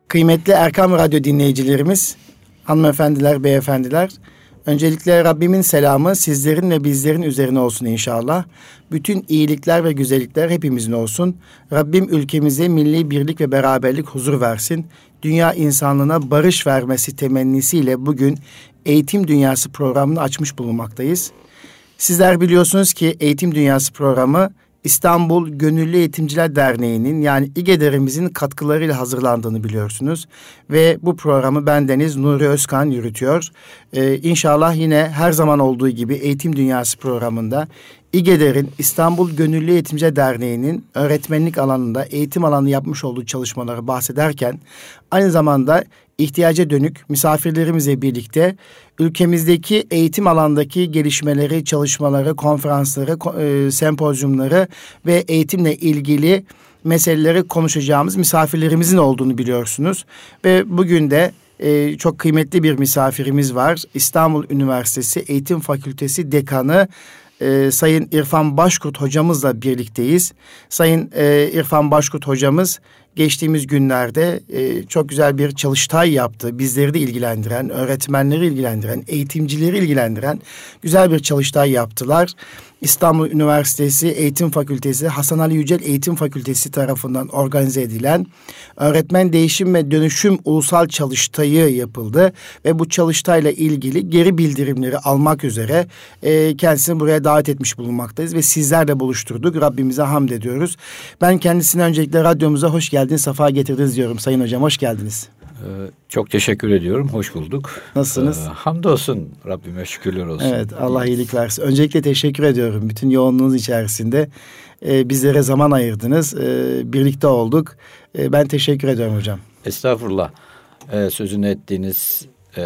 Kıymetli Erkam Radyo dinleyicilerimiz, hanımefendiler, beyefendiler, öncelikle Rabbimin selamı sizlerin ve bizlerin üzerine olsun inşallah. Bütün iyilikler ve güzellikler hepimizin olsun. Rabbim ülkemize milli birlik ve beraberlik, huzur versin. Dünya insanlığına barış vermesi temennisiyle bugün Eğitim Dünyası programını açmış bulunmaktayız. Sizler biliyorsunuz ki Eğitim Dünyası programı İstanbul Gönüllü Eğitimciler Derneği'nin yani İGEDER'imizin katkılarıyla hazırlandığını biliyorsunuz. Ve bu programı bendeniz Nuri Özkan yürütüyor. İnşallah yine her zaman olduğu gibi Eğitim Dünyası programında İGEDER'in İstanbul Gönüllü Eğitimciler Derneği'nin öğretmenlik alanında eğitim alanı yapmış olduğu çalışmaları bahsederken aynı zamanda ihtiyaca dönük misafirlerimizle birlikte ülkemizdeki eğitim alandaki gelişmeleri, çalışmaları, konferansları, sempozyumları ve eğitimle ilgili meseleleri konuşacağımız misafirlerimizin olduğunu biliyorsunuz. Ve bugün de çok kıymetli bir misafirimiz var. İstanbul Üniversitesi Eğitim Fakültesi Dekanı Sayın İrfan Başkurt hocamızla birlikteyiz. Sayın İrfan Başkurt hocamız geçtiğimiz günlerde çok güzel bir çalıştay yaptı. Bizleri de ilgilendiren, öğretmenleri ilgilendiren, eğitimcileri ilgilendiren güzel bir çalıştay yaptılar. İstanbul Üniversitesi Eğitim Fakültesi, Hasan Ali Yücel Eğitim Fakültesi tarafından organize edilen Öğretmen Değişim ve Dönüşüm Ulusal Çalıştayı yapıldı. Ve bu çalıştayla ilgili geri bildirimleri almak üzere kendisini buraya davet etmiş bulunmaktayız. Ve sizlerle buluşturduk. Rabbimize hamd ediyoruz. Ben kendisine öncelikle radyomuza hoş geldiniz, sefa getirdiniz diyorum Sayın Hocam. Hoş geldiniz. Çok teşekkür ediyorum. Hoş bulduk. Nasılsınız? Hamdolsun. Rabbime şükürler olsun. Evet, Allah iyilik versin. Öncelikle teşekkür ediyorum. Bütün yoğunluğunuz içerisinde bizlere zaman ayırdınız. Birlikte olduk. Ben teşekkür ediyorum hocam. Estağfurullah. Sözünü ettiğiniz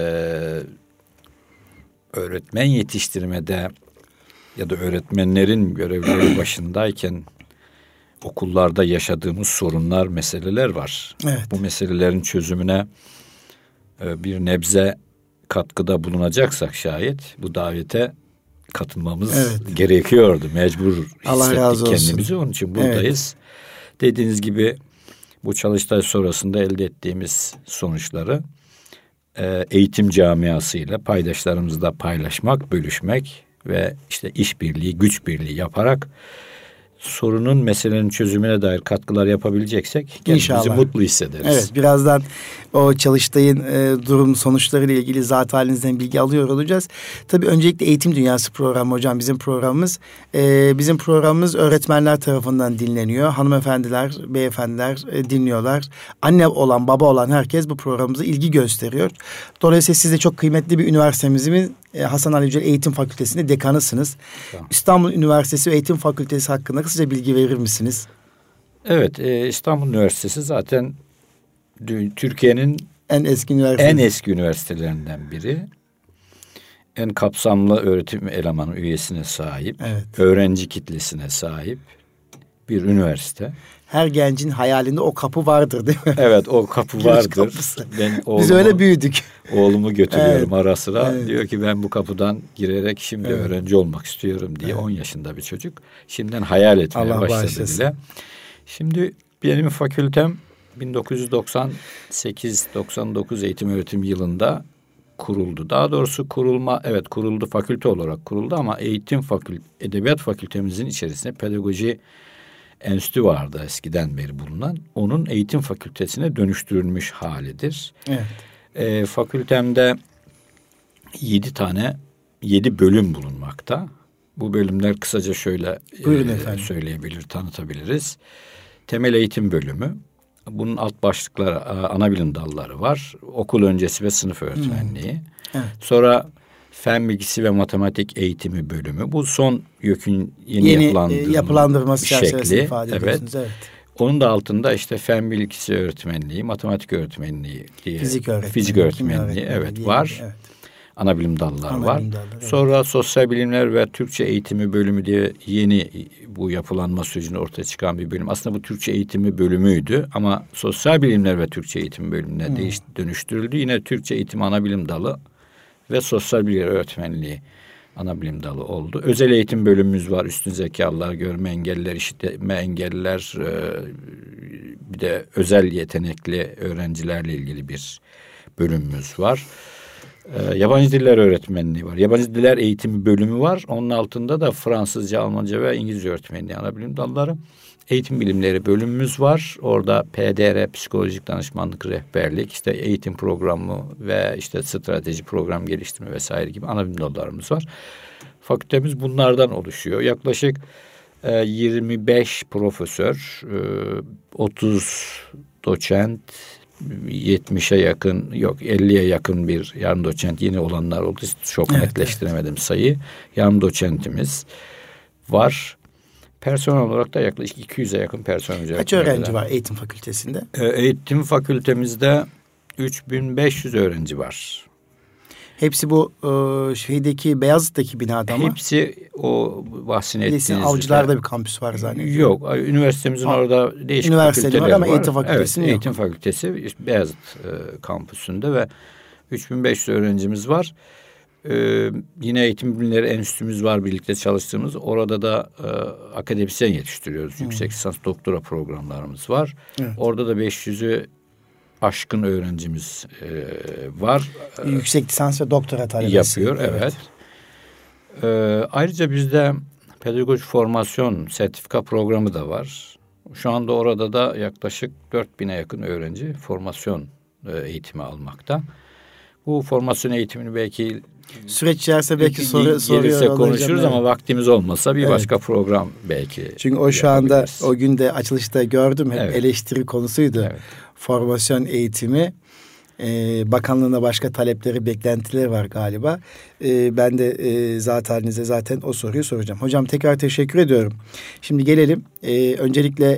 öğretmen yetiştirmede ya da öğretmenlerin görevleri başındayken okullarda yaşadığımız sorunlar, meseleler var. Evet. Bu meselelerin çözümüne bir nebze katkıda bulunacaksak şayet bu davete katılmamız gerekiyordu. Mecbur hissettik kendimizi. Onun için buradayız. Evet. Dediğiniz gibi bu çalıştay sonrasında elde ettiğimiz sonuçları eğitim camiasıyla paydaşlarımızla paylaşmak, bölüşmek ve işte işbirliği, güç birliği yaparak sorunun, meselenin çözümüne dair katkılar yapabileceksek kendimizi mutlu hissederiz. Evet, birazdan o çalıştayın durum sonuçlarıyla ilgili zat halinizden bilgi alıyor olacağız. Tabii öncelikle Eğitim Dünyası programı hocam bizim programımız. Bizim programımız öğretmenler tarafından dinleniyor. Hanımefendiler, beyefendiler dinliyorlar. Anne olan, baba olan herkes bu programımıza ilgi gösteriyor. Dolayısıyla siz de çok kıymetli bir üniversitemizin Hasan Ali Yücel Eğitim Fakültesi'nde dekanısınız. Tamam. İstanbul Üniversitesi Eğitim Fakültesi hakkında kısaca bilgi verir misiniz? Evet, İstanbul Üniversitesi zaten Türkiye'nin en eski üniversitelerinden biri. En kapsamlı öğretim elemanı üyesine sahip, öğrenci kitlesine sahip bir üniversite. Her gencin hayalinde o kapı vardır değil mi? Evet, o kapı vardır. Biz öyle büyüdük. Oğlumu götürüyorum ara sıra. Evet. Diyor ki ben bu kapıdan girerek şimdi öğrenci olmak istiyorum diye. 10 yaşında bir çocuk. Şimdiden hayal etmeye başladı bile. Şimdi benim fakültem 1998-99 eğitim öğretim yılında kuruldu. Daha doğrusu kuruldu, fakülte olarak kuruldu ama edebiyat fakültemizin içerisinde pedagoji enstitü vardı eskiden beri bulunan. Onun eğitim fakültesine dönüştürülmüş halidir. Evet. Fakültemde 7 bölüm bulunmakta. Bu bölümler kısaca şöyle tanıtabiliriz. Temel eğitim bölümü. Bunun alt başlıkları, ana bilim dalları var. Okul öncesi ve sınıf öğretmenliği. Evet. Sonra fen bilgisi ve matematik eğitimi bölümü. Bu son YÖK'ün yeni yapılandırması çerçevesinde ifade ediyorsunuz. Evet. Onun da altında işte fen bilgisi öğretmenliği, matematik öğretmenliği diye fizik öğretmenliği var. Evet. Ana bilim dalları var. Sonra sosyal bilimler ve Türkçe eğitimi bölümü diye yeni bu yapılanma sürecinde ortaya çıkan bir bölüm. Aslında bu Türkçe eğitimi bölümüydü ama sosyal bilimler ve Türkçe eğitim bölümüne dönüştürüldü. Yine Türkçe eğitim ana bilim dalı ve sosyal bilgiler öğretmenliği ana bilim dalı oldu. Özel eğitim bölümümüz var. Üstün zekalılar, görme engelliler, işitme engelliler, bir de özel yetenekli öğrencilerle ilgili bir bölümümüz var. Yabancı diller öğretmenliği var. Yabancı diller eğitimi bölümü var. Onun altında da Fransızca, Almanca ve İngilizce öğretmenliği ana bilim dalları. Eğitim bilimleri bölümümüz var. Orada PDR, psikolojik danışmanlık, rehberlik, işte eğitim programı ve işte strateji, program geliştirme vesaire gibi ana bilim dallarımız var. Fakültemiz bunlardan oluşuyor. Yaklaşık 25 profesör, 30 doçent, 70'e yakın, yok 50'ye yakın bir yarım doçent yeni olanlar oldu. Çok netleştiremedim sayıyı. Yarım doçentimiz var. Personel olarak da yaklaşık 200'e yakın personel. Kaç öğrenci var eğitim fakültesinde? Eğitim fakültemizde 3500 öğrenci var. Hepsi bu şeydeki Beyazıt'taki binada mı? Hepsi o bahsettiğiniz. Avcılar'da bir kampüs var zannediyorum. Yok, üniversitemizin orada değişik fakülteler var. Ama eğitim fakültesi evet, eğitim fakültesi Beyazıt kampüsünde ve 3500 öğrencimiz var. Yine eğitim bilimleri enstitümüz var, birlikte çalıştığımız. Orada da akademisyen yetiştiriyoruz. Yüksek lisans doktora programlarımız var. Evet. Orada da 500'ü aşkın öğrencimiz var. Yüksek lisans ve doktora talebesi. Yapıyor, evet. Ayrıca bizde pedagojik formasyon sertifika programı da var. Şu anda orada da yaklaşık 4000'e yakın öğrenci formasyon eğitimi almakta. Bu formasyon eğitimini belki süreç içerisinde belki gelirse konuşuruz ama vaktimiz olmasa bir başka program belki. Çünkü o şu anda o günde açılışta gördüm hep eleştiri konusuydu. Evet. Formasyon eğitimi bakanlığına başka talepleri, beklentileri var galiba. Ben de zaten o soruyu soracağım. Hocam tekrar teşekkür ediyorum. Şimdi gelelim öncelikle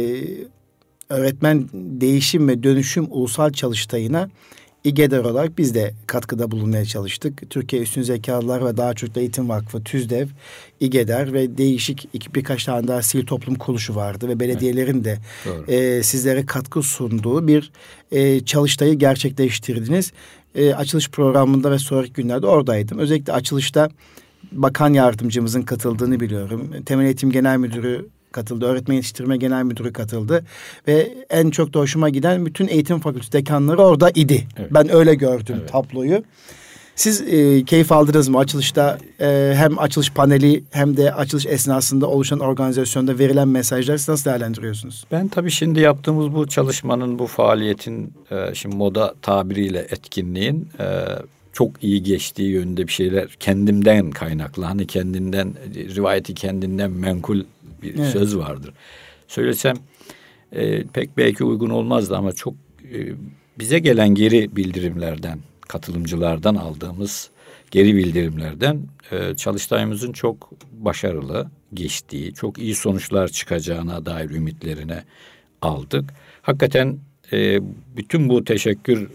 öğretmen değişim ve dönüşüm ulusal çalıştayına İGEDER olarak biz de katkıda bulunmaya çalıştık. Türkiye Üstün Zekalılar ve Daha Çocuk Eğitim Vakfı, TÜZDEV, İGEDER ve değişik birkaç tane daha sivil toplum kuruluşu vardı ve belediyelerin de sizlere katkı sunduğu bir çalıştayı gerçekleştirdiniz. Açılış programında ve sonraki günlerde oradaydım. Özellikle açılışta bakan yardımcımızın katıldığını biliyorum. Temel Eğitim Genel Müdürü katıldı. Öğretmen Yetiştirme Genel Müdürü katıldı. Ve en çok da hoşuma giden bütün eğitim fakültesi dekanları orada idi. Evet. Ben öyle gördüm tabloyu. Siz keyif aldınız mı açılışta? Hem açılış paneli hem de açılış esnasında oluşan organizasyonda verilen mesajları siz nasıl değerlendiriyorsunuz? Ben tabii şimdi yaptığımız bu çalışmanın, bu faaliyetin, şimdi moda tabiriyle etkinliğin çok iyi geçtiği yönünde bir şeyler kendimden kaynaklı. Hani kendinden, rivayeti kendinden menkul bir söz vardır. Söylesem pek belki uygun olmazdı ama çok bize gelen geri bildirimlerden, katılımcılardan aldığımız geri bildirimlerden çalıştayımızın çok başarılı geçtiği, çok iyi sonuçlar çıkacağına dair ümitlerine aldık. Hakikaten bütün bu teşekkür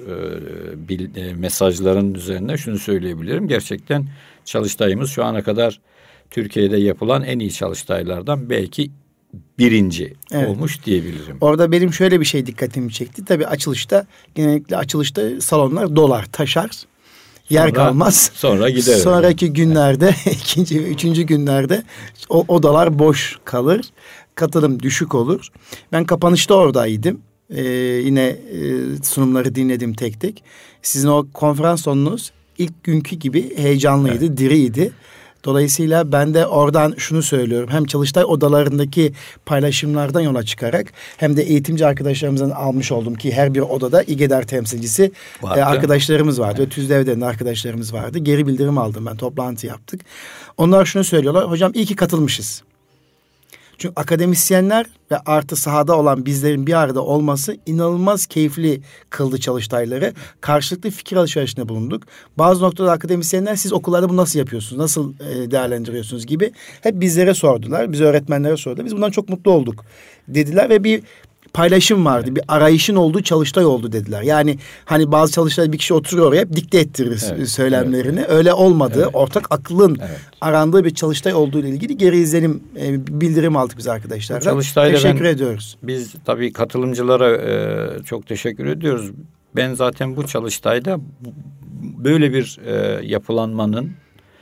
mesajların üzerine şunu söyleyebilirim. Gerçekten çalıştayımız şu ana kadar Türkiye'de yapılan en iyi çalıştaylardan belki birinci olmuş diyebilirim. Orada benim şöyle bir şey dikkatimi çekti. Tabii genellikle açılışta salonlar dolar, taşar. Yer kalmaz. Sonra gider. Sonraki günlerde, ikinci ve üçüncü günlerde o odalar boş kalır. Katılım düşük olur. Ben kapanışta oradaydım. Yine sunumları dinledim tek tek. Sizin o konferans sonunuz ilk günkü gibi heyecanlıydı, diriydi. Dolayısıyla ben de oradan şunu söylüyorum. Hem çalıştay odalarındaki paylaşımlardan yola çıkarak hem de eğitimci arkadaşlarımızdan almış oldum ki her bir odada İGEDER temsilcisi arkadaşlarımız vardı. Ve TÜZDEV'den de arkadaşlarımız vardı. Geri bildirim aldım ben. Toplantı yaptık. Onlar şunu söylüyorlar. Hocam iyi ki katılmışız. Çünkü akademisyenler ve artı sahada olan bizlerin bir arada olması inanılmaz keyifli kıldı çalıştayları. Karşılıklı fikir alışverişinde bulunduk. Bazı noktada akademisyenler siz okullarda bunu nasıl yapıyorsunuz, nasıl değerlendiriyorsunuz gibi hep bizlere sordular. Biz öğretmenlere sordular. Biz bundan çok mutlu olduk dediler ve bir paylaşım vardı. Bir arayışın olduğu çalıştay oldu dediler. Yani hani bazı çalıştaylar bir kişi oturuyor oraya hep dikte ettirir söylemlerini. Evet. Öyle olmadı. Evet. Ortak aklın arandığı bir çalıştay olduğu ile ilgili geri izlenim bildirim aldık biz arkadaşlardan. Teşekkür ediyoruz. Biz tabii katılımcılara çok teşekkür ediyoruz. Ben zaten bu çalıştayda böyle bir yapılanmanın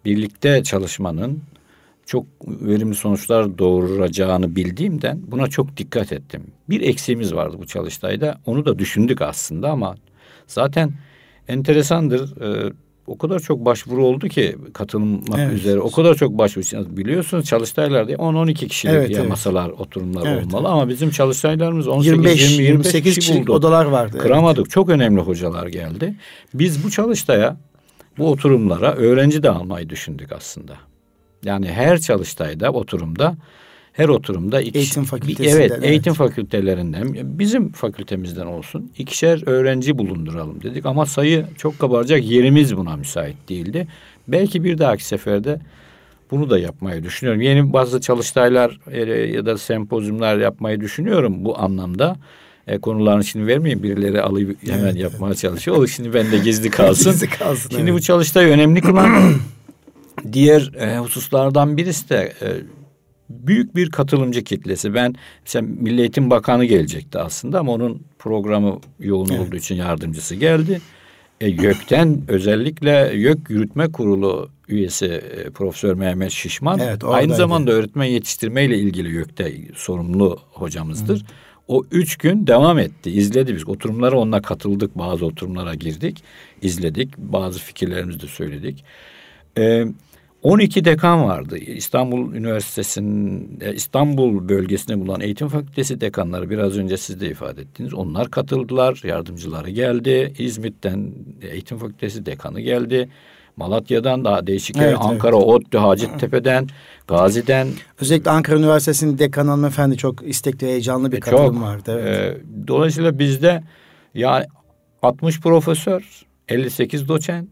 birlikte çalışmanın çok verimli sonuçlar doğuracağını bildiğimden buna çok dikkat ettim. Bir eksiğimiz vardı bu çalıştayda. Onu da düşündük aslında ama zaten enteresandır. O kadar çok başvuru oldu ki katılmak üzere. O kadar çok başvuru. Biliyorsunuz çalıştaylarda 10-12 kişilik masalar, oturumlar olmalı. Ama bizim çalıştaylarımız 18-28 kişi buldu. Odalar vardı. Kıramadık. Çok önemli hocalar geldi. Biz bu çalıştaya, bu oturumlara öğrenci de almayı düşündük aslında. Yani her çalıştayda, her oturumda eğitim fakültesinden. Eğitim fakültelerinden, bizim fakültemizden olsun 2'şer öğrenci bulunduralım dedik ama sayı çok kabaracak, yerimiz buna müsait değildi. Belki bir dahaki seferde bunu da yapmayı düşünüyorum. Yeni bazı çalıştaylar ya da sempozyumlar yapmayı düşünüyorum bu anlamda. Konuların şimdi vermeyeyim, birileri alıp hemen yapmaya çalışıyor. O şimdi bende gizli kalsın. Şimdi bu çalıştayı önemli kılan diğer hususlardan birisi de büyük bir katılımcı kitlesi. Ben mesela Milli Eğitim Bakanı gelecekti aslında ama onun programı yoğun olduğu için yardımcısı geldi. YÖK'ten özellikle YÖK Yürütme Kurulu üyesi Profesör Mehmet Şişman aynı zamanda öğretmen yetiştirmeyle ilgili YÖK'te sorumlu hocamızdır. O 3 gün devam etti. İzledi biz. Oturumlara onunla katıldık. Bazı oturumlara girdik. İzledik. Bazı fikirlerimizi de söyledik. 12 dekan vardı. İstanbul Üniversitesi'nin İstanbul bölgesinde bulunan eğitim fakültesi dekanları biraz önce siz de ifade ettiniz. Onlar katıldılar. Yardımcıları geldi. İzmit'ten eğitim fakültesi dekanı geldi. Malatya'dan daha değişik Ankara, ODTÜ, Hacettepe'den, Gazi'den. Özellikle Ankara Üniversitesi'nin dekanı hanımefendi çok istekli, heyecanlı bir katılım vardı. Dolayısıyla bizde 60 profesör, 58 doçent,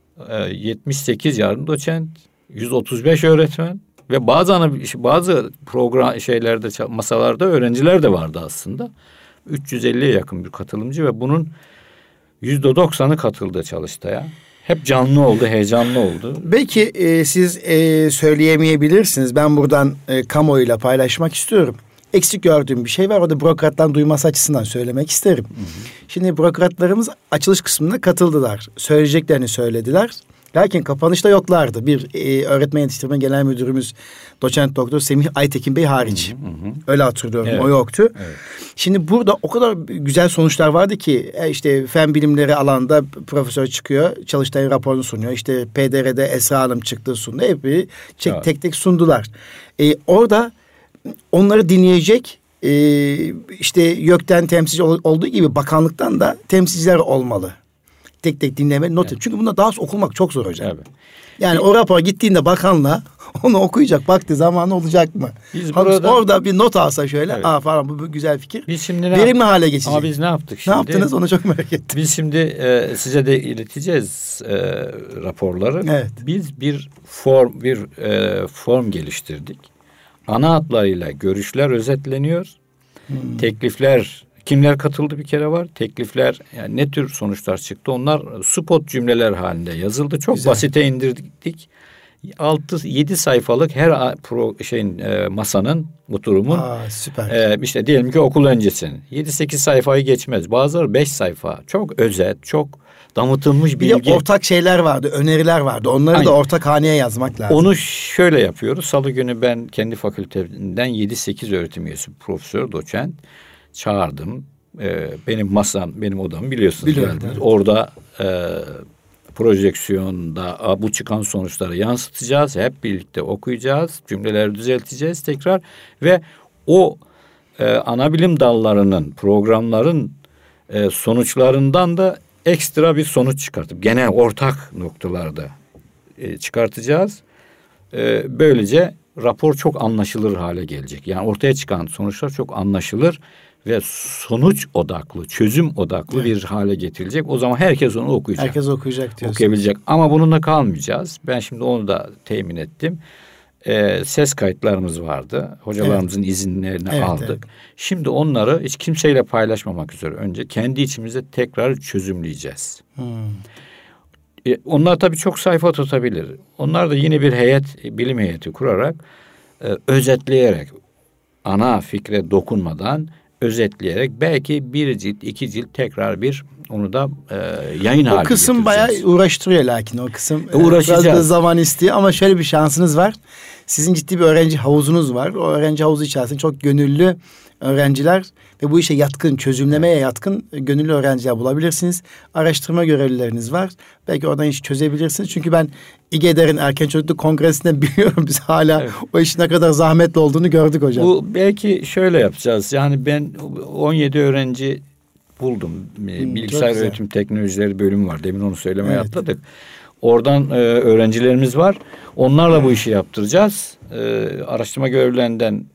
78 yardım doçent, 135 öğretmen ve bazı program masalarda öğrenciler de vardı aslında. 350'ye yakın bir katılımcı ve bunun %90'ı katıldı çalıştaya. Hep canlı oldu, heyecanlı oldu. Belki siz söyleyemeyebilirsiniz. Ben buradan kamuoyuyla paylaşmak istiyorum. Eksik gördüğüm bir şey var. O da bürokratların duyması açısından söylemek isterim. Şimdi bürokratlarımız açılış kısmına katıldılar. Söyleyeceklerini söylediler. Lakin kapanışta yoklardı. Bir öğretmen yetiştirme genel müdürümüz doçent doktor Semih Aytekin Bey hariç. Öyle hatırlıyorum. O yoktu. Şimdi burada o kadar güzel sonuçlar vardı ki işte fen bilimleri alanında profesör çıkıyor. Çalıştayın raporunu sunuyor. İşte PDR'de Esra Hanım çıktı sundu. Hep tek tek sundular. Orada onları dinleyecek işte YÖK'ten temsilci olduğu gibi bakanlıktan da temsilciler olmalı. Tek tek dinleme, not. Çünkü bunda daha okumak çok zor hocam. Evet. Yani o rapor gittiğinde bakanla onu okuyacak, baktığı zamanı olacak mı? Biz orada bir not alsa şöyle, falan bu güzel fikir. Biz şimdi verimli hale geçecek. Ama biz ne yaptık şimdi? Ne yaptınız onu çok merak ettim. Biz şimdi size de ileteceğiz raporları. Evet. Biz bir form geliştirdik. Ana hatlarıyla görüşler özetleniyor. Teklifler, kimler katıldı bir kere var. Teklifler, yani ne tür sonuçlar çıktı? Onlar spot cümleler halinde yazıldı. Çok basite indirdik. 6-7 sayfalık her masanın, oturumun. Süper. İşte diyelim ki okul öncesinin 7-8 sayfayı geçmez. Bazıları 5 sayfa. Çok özet, çok damıtılmış bilgi. Bir de ortak şeyler vardı, öneriler vardı. Onları da ortak haneye yazmak lazım. Onu şöyle yapıyoruz. Salı günü ben kendi fakültemden 7-8 öğretim üyesi, profesör, doçent çağırdım. Benim odamı biliyorsunuz. Biliyorum, geldiniz. Evet. Orada projeksiyonda bu çıkan sonuçları yansıtacağız. Hep birlikte okuyacağız. Cümleleri düzelteceğiz tekrar. Ve o ana bilim dallarının, programların sonuçlarından da ekstra bir sonuç çıkartıp genel ortak noktalarda çıkartacağız. Böylece rapor çok anlaşılır hale gelecek. Yani ortaya çıkan sonuçlar çok anlaşılır ve sonuç odaklı, çözüm odaklı bir hale getirilecek. O zaman herkes onu okuyacak. Herkes okuyacak diyorsun. Okuyabilecek. Ama bununla kalmayacağız. Ben şimdi onu da temin ettim. Ses kayıtlarımız vardı. Hocalarımızın izinlerini aldık. Evet. Şimdi onları hiç kimseyle paylaşmamak üzere önce kendi içimizde tekrar çözümleyeceğiz. Onlar tabii çok sayfa tutabilir. Onlar da yine bir bilim heyeti kurarak özetleyerek ana fikre dokunmadan özetleyerek belki bir cilt, 2 cilt tekrar bir onu da yayın haline getireceğiz. O kısım bayağı uğraştırıyor lakin o kısım. Uğraşacağız. Biraz da zaman istiyor ama şöyle bir şansınız var. Sizin ciddi bir öğrenci havuzunuz var. O öğrenci havuzu içerisinde çok gönüllü öğrenciler ve bu işe yatkın, çözümlemeye yatkın gönüllü öğrenciler bulabilirsiniz. Araştırma görevlileriniz var. Belki oradan işi çözebilirsiniz. Çünkü ben İGEDER'in Erken Çocukluk Kongresi'nde biliyorum biz hala o işin ne kadar zahmetli olduğunu gördük hocam. Bu belki şöyle yapacağız. Yani ben 17 öğrenci buldum. Bilgisayar öğretim teknolojileri bölümü var. Demin onu söylemeye atladık. Oradan öğrencilerimiz var. Onlarla bu işi yaptıracağız. Araştırma görevlilerinden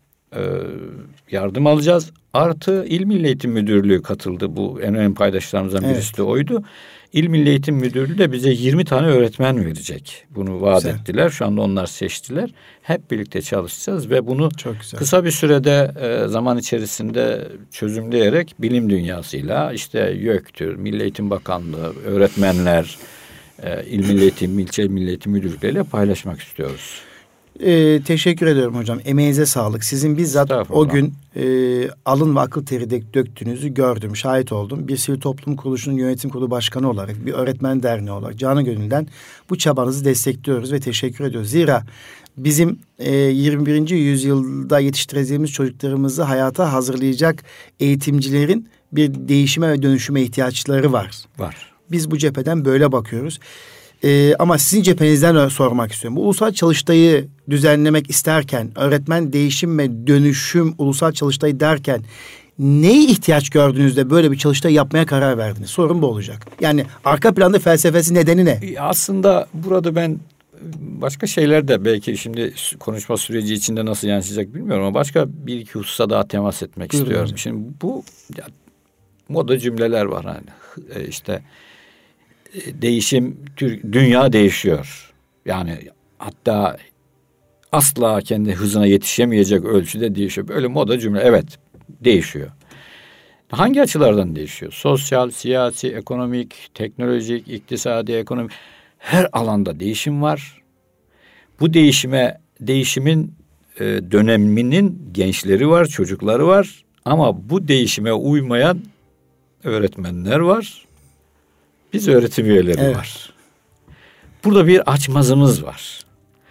yardım alacağız. Artı İl Milli Eğitim Müdürlüğü katıldı. Bu en önemli paydaşlarımızdan birisi de oydu. İl Milli Eğitim Müdürlüğü de bize 20 tane öğretmen verecek. Bunu vaat ettiler. Şu anda onlar seçtiler. Hep birlikte çalışacağız ve bunu kısa bir sürede zaman içerisinde çözümleyerek bilim dünyasıyla işte YÖK'tür, Milli Eğitim Bakanlığı, öğretmenler, İl Milli Eğitim, ilçe Milli Eğitim Müdürlükleriyle paylaşmak istiyoruz. Teşekkür ediyorum hocam. Emeğinize sağlık. Sizin bizzat o gün alın ve akıl teri döktüğünüzü gördüm, şahit oldum. Bir sivil toplum kuruluşunun yönetim kurulu başkanı olarak, bir öğretmen derneği olarak canı gönülden bu çabanızı destekliyoruz ve teşekkür ediyoruz. Zira bizim 21. yüzyılda yetiştireceğimiz çocuklarımızı hayata hazırlayacak eğitimcilerin bir değişime ve dönüşüme ihtiyaçları var. Biz bu cepheden böyle bakıyoruz. Ama sizin cephenizden sormak istiyorum. Bu ulusal çalıştayı düzenlemek isterken, öğretmen değişim ve dönüşüm ulusal çalıştayı derken neye ihtiyaç gördünüz de böyle bir çalıştay yapmaya karar verdiniz? Sorun bu olacak. Yani arka planda felsefesi, nedeni ne? Aslında burada ben başka şeyler de belki şimdi konuşma süreci içinde nasıl yansıyacak bilmiyorum ama başka bir iki hususa daha temas etmek istiyorum. Hocam. Şimdi bu moda cümleler var hani işte değişim, dünya değişiyor. Yani hatta asla kendi hızına yetişemeyecek ölçüde değişiyor. Böyle moda cümle değişiyor. Hangi açılardan değişiyor? Sosyal, siyasi, ekonomik, teknolojik, iktisadi, ekonomik her alanda değişim var. Bu değişimin döneminin gençleri var, çocukları var. Ama bu değişime uymayan öğretmenler var. Biz öğretim üyeleri var. Burada bir açmazımız var.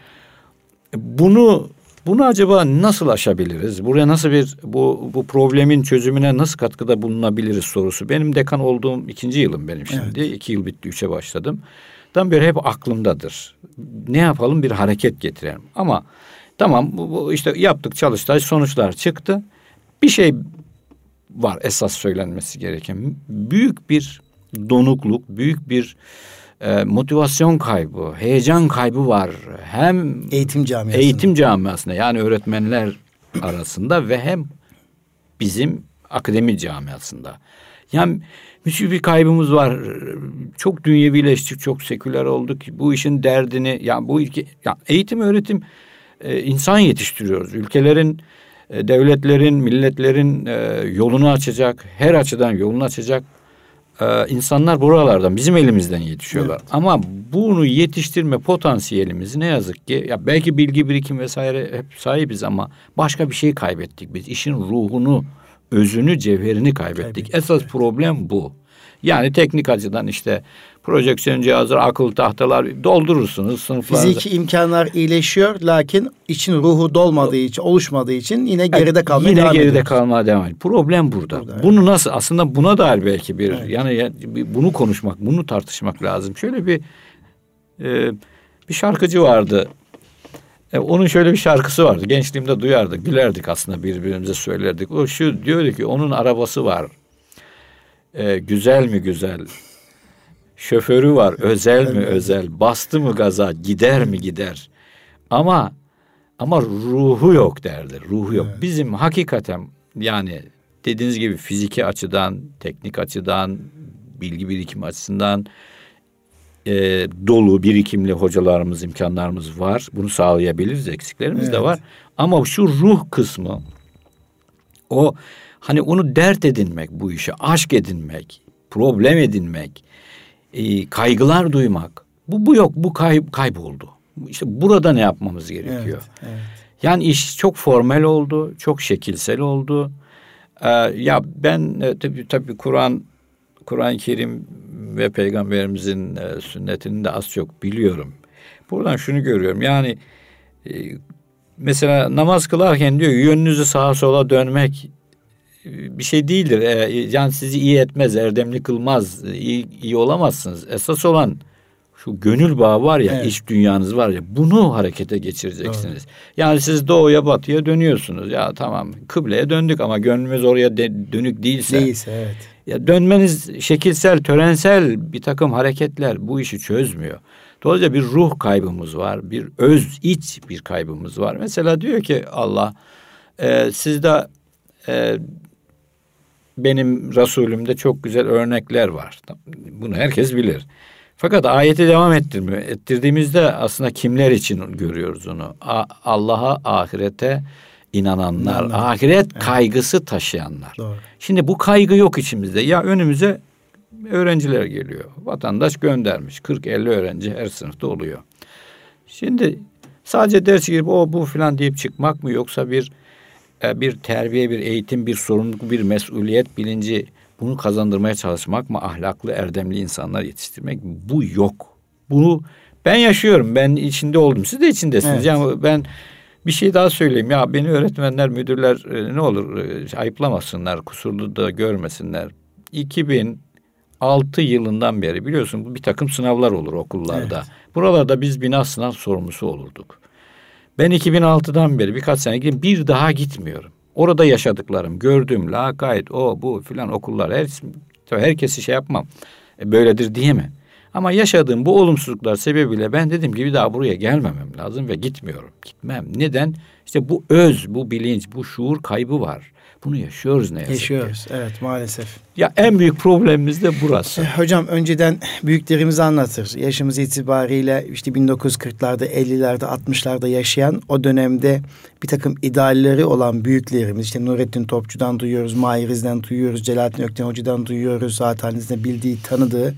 Bunu acaba nasıl aşabiliriz? Buraya nasıl bu problemin çözümüne nasıl katkıda bulunabiliriz sorusu. Benim dekan olduğum 2. yılım benim şimdi. 2 yıl bitti, 3'e başladım. Dan beri hep aklımdadır. Ne yapalım? Bir hareket getirelim. Ama tamam bu işte yaptık, çalıştay, sonuçlar çıktı. Bir şey var esas söylenmesi gereken. Büyük bir donukluk, büyük bir motivasyon kaybı, heyecan kaybı var. Hem eğitim camiasında yani öğretmenler arasında ve hem bizim akademi camiasında. Yani müthiş bir kaybımız var. Çok dünyevileştik, çok seküler olduk. Bu işin derdini eğitim, öğretim insan yetiştiriyoruz. Ülkelerin, devletlerin, milletlerin yolunu açacak, her açıdan yolunu açacak insanlar buralardan, bizim elimizden yetişiyorlar. Ama bunu yetiştirme potansiyelimiz ne yazık ki belki bilgi birikim vesaire hep sahibiz ama başka bir şey kaybettik biz. İşin ruhunu, özünü, cevherini kaybettik. Esas problem bu. Yani teknik açıdan işte projeksiyon cihazları, akıllı tahtalar doldurursunuz sınıflarda. Fiziki imkanlar iyileşiyor lakin için ruhu dolmadığı için, oluşmadığı için yine geride kalmaya devam ediyor. Yine geride kalmaya devam ediyor. Problem burada. Bunu nasıl, aslında buna dair belki yani bunu konuşmak, bunu tartışmak lazım. Şöyle bir şarkıcı vardı. Onun şöyle bir şarkısı vardı. Gençliğimde duyardık, gülerdik aslında, birbirimize söylerdik. O diyordu ki onun arabası var. Güzel mi güzel? Şoförü var, özel mi özel? Bastı mı gaza, gider mi gider? Ama ruhu yok derdi. Ruhu yok. Bizim hakikaten yani dediğiniz gibi fiziki açıdan, teknik açıdan, bilgi birikimi açısından dolu, birikimli hocalarımız, imkanlarımız var. Bunu sağlayabiliriz. Eksiklerimiz de var. Ama şu ruh kısmı, o hani onu dert edinmek, bu işe aşk edinmek, problem edinmek, kaygılar duymak. Bu yok. Bu kayboldu. İşte burada ne yapmamız gerekiyor? Yani iş çok formel oldu, çok şekilsel oldu. Ya ben tabii Kur'an-ı Kerim ve Peygamberimizin sünnetini de az çok biliyorum. Buradan şunu görüyorum. Yani mesela namaz kılarken diyor yönünüzü sağa sola dönmek bir şey değildir. Yani sizi iyi etmez, erdemli kılmaz, iyi olamazsınız. Esas olan şu gönül bağı var ya, iç dünyanız var ya, bunu harekete geçireceksiniz. Doğru. Yani siz doğuya batıya dönüyorsunuz. Ya tamam, kıbleye döndük ama gönlümüz oraya dönük değilse evet. Ya dönmeniz şekilsel, törensel bir takım hareketler bu işi çözmüyor. Dolayısıyla bir ruh kaybımız var, bir iç bir kaybımız var. Mesela diyor ki Allah, sizde benim Resulümde çok güzel örnekler var. Bunu herkes bilir. Fakat ayeti devam ettirdiğimizde aslında kimler için görüyoruz onu? Allah'a, ahirete inananlar, ahiret kaygısı taşıyanlar. Doğru. Şimdi bu kaygı yok içimizde. Ya önümüze öğrenciler geliyor. Vatandaş göndermiş. 40-50 öğrenci her sınıfta oluyor. Şimdi sadece ders girip bu falan deyip çıkmak mı, yoksa bir terbiye, bir eğitim, bir sorumluluk, bir mesuliyet bilinci, bunu kazandırmaya çalışmak mı, ahlaklı, erdemli insanlar yetiştirmek mi? Bu yok. Bunu ben yaşıyorum. Ben içinde oldum. Siz de içindesiniz. Evet. Yani ben bir şey daha söyleyeyim. Ya beni öğretmenler, müdürler ne olur ayıplamasınlar, kusurlu da görmesinler. 2006 yılından beri biliyorsun bir takım sınavlar olur okullarda. Evet. Buralarda biz bina sınav sorumlusu olurduk. Ben 2006'dan beri birkaç sene bir daha gitmiyorum. Orada yaşadıklarım, gördüğüm lakayt, bu filan okullar, herkesi şey yapmam. Böyledir diye mi? Ama yaşadığım bu olumsuzluklar sebebiyle ben dedim ki bir daha buraya gelmemem lazım ve gitmiyorum. Gitmem. Neden? İşte bu bu bilinç, bu şuur kaybı var. Bunu yaşıyoruz ne yazık ki. Yaşıyoruz, evet, maalesef. Ya en büyük problemimiz de burası. Hocam önceden büyüklerimiz anlatır. Yaşımız itibariyle işte 1940'larda, 50'lerde, 60'larda yaşayan, o dönemde bir takım idealleri olan büyüklerimiz, işte Nurettin Topçu'dan duyuyoruz, Mahir İz'den duyuyoruz, Celalettin Ökten Hoca'dan duyuyoruz, zaten bildiği, tanıdığı,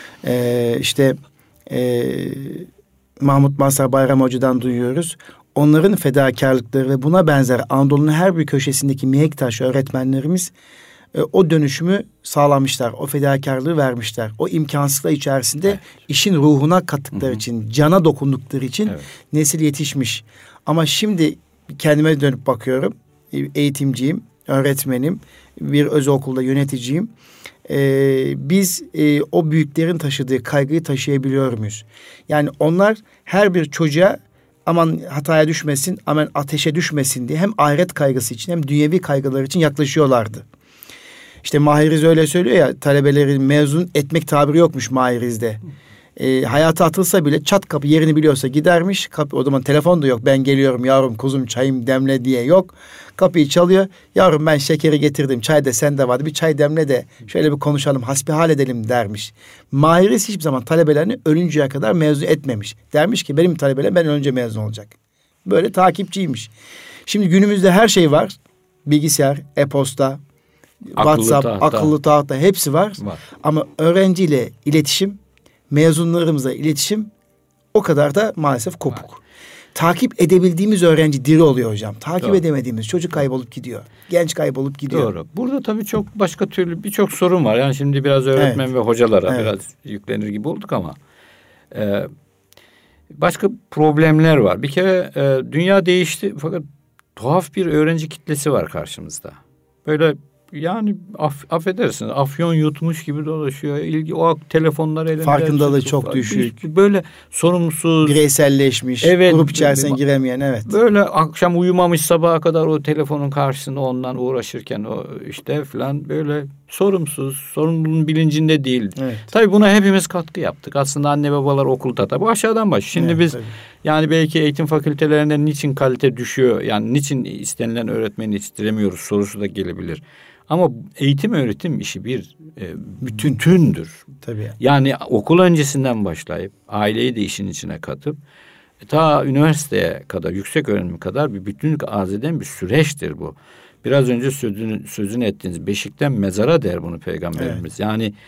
Mahmut Mazhar Bayram Hoca'dan duyuyoruz. Onların fedakarlıkları ve buna benzer Anadolu'nun her bir köşesindeki mihenk taşı öğretmenlerimiz o dönüşümü sağlamışlar. O fedakarlığı vermişler. O imkansızlıklar içerisinde işin ruhuna kattıkları için, cana dokundukları için nesil yetişmiş. Ama şimdi kendime dönüp bakıyorum. Eğitimciyim, öğretmenim, bir özel okulda yöneticiyim. Biz o büyüklerin taşıdığı kaygıyı taşıyabiliyor muyuz? Yani onlar her bir çocuğa aman hataya düşmesin, aman ateşe düşmesin diye hem ahiret kaygısı için hem dünyevi kaygılar için yaklaşıyorlardı. İşte Mahir İz öyle söylüyor ya, talebelerin mezun etmek tabiri yokmuş Mahir İz'de. Hayata atılsa bile çat kapı yerini biliyorsa gidermiş. O zaman telefon da yok. Ben geliyorum yavrum, kuzum çayım demle diye yok. Kapıyı çalıyor. Yavrum ben şekeri getirdim. Çay da sende vardı. Bir çay demle de şöyle bir konuşalım, hasbihal edelim dermiş. Mahir İz hiçbir zaman talebelerini ölünceye kadar mezun etmemiş. Dermiş ki benim talebelerim ben önce mezun olacak. Böyle takipçiymiş. Şimdi günümüzde her şey var. Bilgisayar, e-posta, WhatsApp, akıllı tahta hepsi var. Ama öğrenciyle iletişim, mezunlarımızla iletişim o kadar da maalesef kopuk. Takip edebildiğimiz öğrenci diri oluyor hocam. Takip edemediğimiz çocuk kaybolup gidiyor. Genç kaybolup gidiyor. Doğru. Burada tabii çok başka türlü birçok sorun var. Yani şimdi biraz öğretmen ve hocalara biraz yüklenir gibi olduk ama başka problemler var. Bir kere dünya değişti fakat tuhaf bir öğrenci kitlesi var karşımızda. Böyle yani affedersiniz, afyon yutmuş gibi dolaşıyor. O telefonlar elinde. Farkındalığı çok düşük. Böyle sorumsuz. Bireyselleşmiş. Grup içerisine giremeyen. Böyle akşam uyumamış, sabaha kadar o telefonun karşısında ondan uğraşırken o işte falan böyle sorumsuz, sorumluluğun bilincinde değil. Evet. Tabii buna hepimiz katkı yaptık. Aslında anne babalar okulda da bu aşağıdan başlıyor. Şimdi biz yani belki eğitim fakültelerinde niçin kalite düşüyor? Yani niçin istenilen öğretmeni yetiştiremiyoruz sorusu da gelebilir. Ama eğitim öğretim işi bir bütündür. Tabii. Yani okul öncesinden başlayıp aileyi de işin içine katıp ta üniversiteye kadar, yüksek öğrenim kadar bir bütünlük arz eden bir süreçtir bu. Biraz önce sözünü ettiğiniz beşikten mezara der bunu Peygamberimiz. Evet. Yani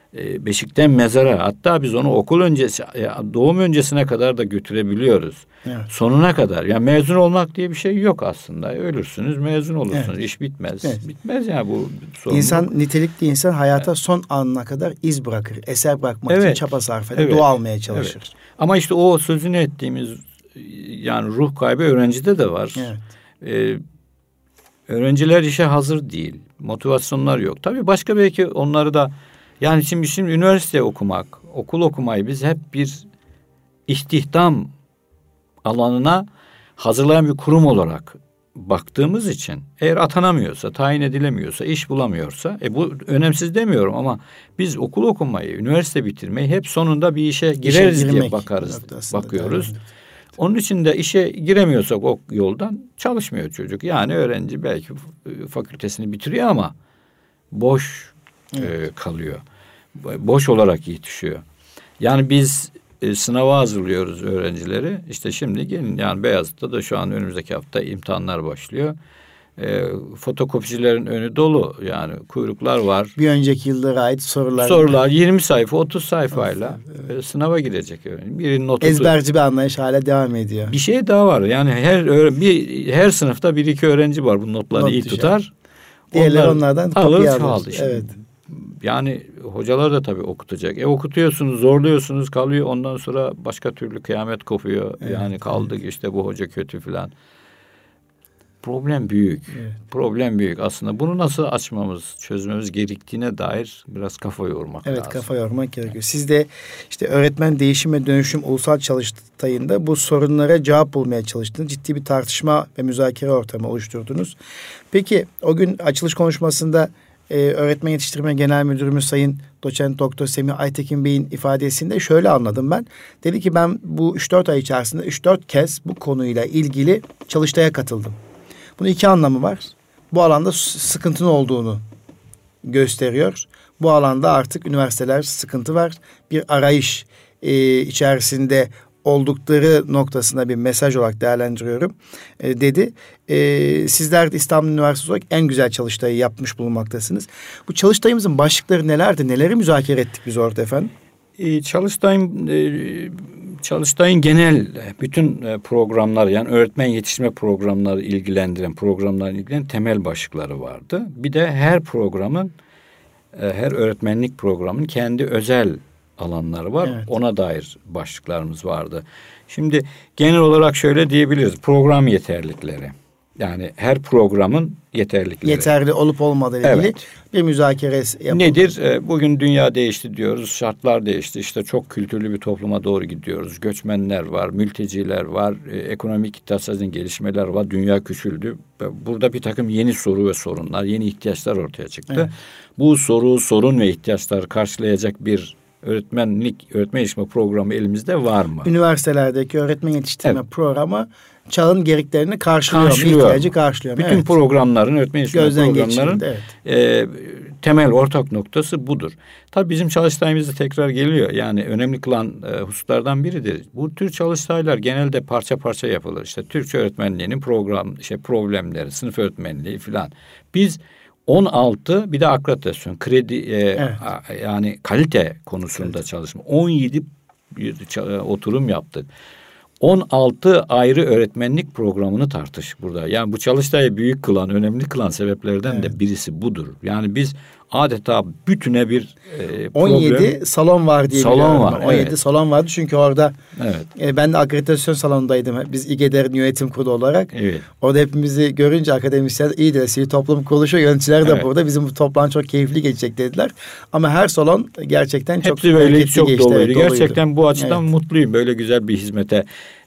beşikten mezara, hatta biz onu okul öncesi, doğum öncesine kadar da götürebiliyoruz. Evet. Sonuna kadar. Yani mezun olmak diye bir şey yok aslında. Ölürsünüz, mezun olursunuz. Evet. İş bitmez. Evet. Bitmez yani bu sorumluluk. İnsan, nitelikli insan hayata son anına kadar iz bırakır. Eser bırakmak için çaba sarf eder. Dua almaya çalışır. Evet. Ama işte o sözünü ettiğimiz yani ruh kaybı öğrencide de var. Evet. Öğrenciler işe hazır değil. Motivasyonlar yok. Tabii başka belki onları da yani şimdi üniversite okumak, okul okumayı biz hep bir istihdam alanına hazırlayan bir kurum olarak baktığımız için eğer atanamıyorsa, tayin edilemiyorsa, iş bulamıyorsa bu önemsiz demiyorum ama biz okul okumayı, üniversite bitirmeyi hep sonunda bir işe gireriz diye bakıyoruz. Onun için de işe giremiyorsak o yoldan çalışmıyor çocuk. Yani öğrenci belki fakültesini bitiriyor ama boş kalıyor. Boş olarak yetişiyor. Yani biz sınava hazırlıyoruz öğrencileri. İşte şimdi gelin yani Beyazıt'ta da şu an önümüzdeki hafta imtihanlar başlıyor. Fotokopicilerin önü dolu yani kuyruklar var. Bir önceki yıllara ait sorular 20 sayfa 30 sayfayla sınava girecek öğrenci. Bir notu ezberci bir anlayış hala devam ediyor. Bir şey daha var yani her sınıfta 1-2 öğrenci var bu notları iyi tutar. Diğerleri onlardan kopya alır. Evet. Yani hocalar da tabii okutacak. Okutuyorsunuz, zorluyorsunuz, kalıyor. Ondan sonra başka türlü kıyamet kopuyor. Evet, yani kaldık işte bu hoca kötü filan. Problem büyük. Evet. Problem büyük aslında. Bunu nasıl açmamız, çözmemiz gerektiğine dair biraz kafa yormak lazım. Evet, kafa yormak gerekiyor. Siz de işte öğretmen değişim ve dönüşüm ulusal çalıştayında bu sorunlara cevap bulmaya çalıştınız. Ciddi bir tartışma ve müzakere ortamı oluşturdunuz. Peki o gün açılış konuşmasında Öğretmen Yetiştirme Genel Müdürümüz Sayın Doçent Doktor Semih Aytekin Bey'in ifadesinde şöyle anladım ben. Dedi ki ben bu 3-4 ay içerisinde 3-4 kez bu konuyla ilgili çalıştaya katıldım. Bunun 2 anlamı var. Bu alanda sıkıntının olduğunu gösteriyor. Bu alanda artık üniversiteler sıkıntı var. Bir arayış içerisinde oldukları noktasına bir mesaj olarak değerlendiriyorum dedi. Sizler de İstanbul Üniversitesi olarak en güzel çalıştayı yapmış bulunmaktasınız. Bu çalıştayımızın başlıkları nelerdi? Neleri müzakere ettik biz orada efendim? Çalıştayın genel bütün programlar yani öğretmen yetiştirme programları ilgilendiren temel başlıkları vardı. Bir de her öğretmenlik programının kendi özel alanları var. Evet. Ona dair başlıklarımız vardı. Şimdi genel olarak şöyle diyebiliriz. Program yeterlilikleri. Yani her programın yeterlilikleri. Yeterli olup olmadığı ilgili bir müzakere yapıldı. Nedir? Bugün dünya değişti diyoruz. Şartlar değişti. İşte çok kültürlü bir topluma doğru gidiyoruz. Göçmenler var, mülteciler var, ekonomik iktisadi gelişmeler var. Dünya küçüldü. Burada bir takım yeni soru ve sorunlar, yeni ihtiyaçlar ortaya çıktı. Evet. Bu sorun ve ihtiyaçları karşılayacak bir öğretmen yetiştirme programı elimizde var mı? Üniversitelerdeki öğretmen yetiştirme programı çağın gereklerini karşılıyor. İhtiyacı karşılıyor. Bütün programların, öğretmen yetiştirme programların temel ortak noktası budur. Tabii bizim çalıştayımızda tekrar geliyor. Yani önemli kılan hususlardan biridir. Bu tür çalıştaylar genelde parça parça yapılır. İşte Türkçe öğretmenliğinin problemleri, sınıf öğretmenliği filan. Biz 16 bir de akreditasyon, kredi yani kalite konusunda çalışma. 17 oturum yaptık. 16 ayrı öğretmenlik programını tartıştık burada. Yani bu çalıştayı büyük kılan, önemli kılan sebeplerden de birisi budur. Yani biz adeta bütüne bir 17 salon var diye biliyorum. 17 salon vardı çünkü orada ben de akreditasyon salonundaydım. Biz İGEDER'in yönetim kurulu olarak. Evet. Orada hepimizi görünce akademisyenler iyi de sivil toplum kuruluşu yöneticiler de burada. Bizim bu toplantı çok keyifli geçecek dediler. Ama her salon gerçekten çok hareketli çok geçti. Doluydu. Gerçekten bu açıdan mutluyum. Böyle güzel bir hizmete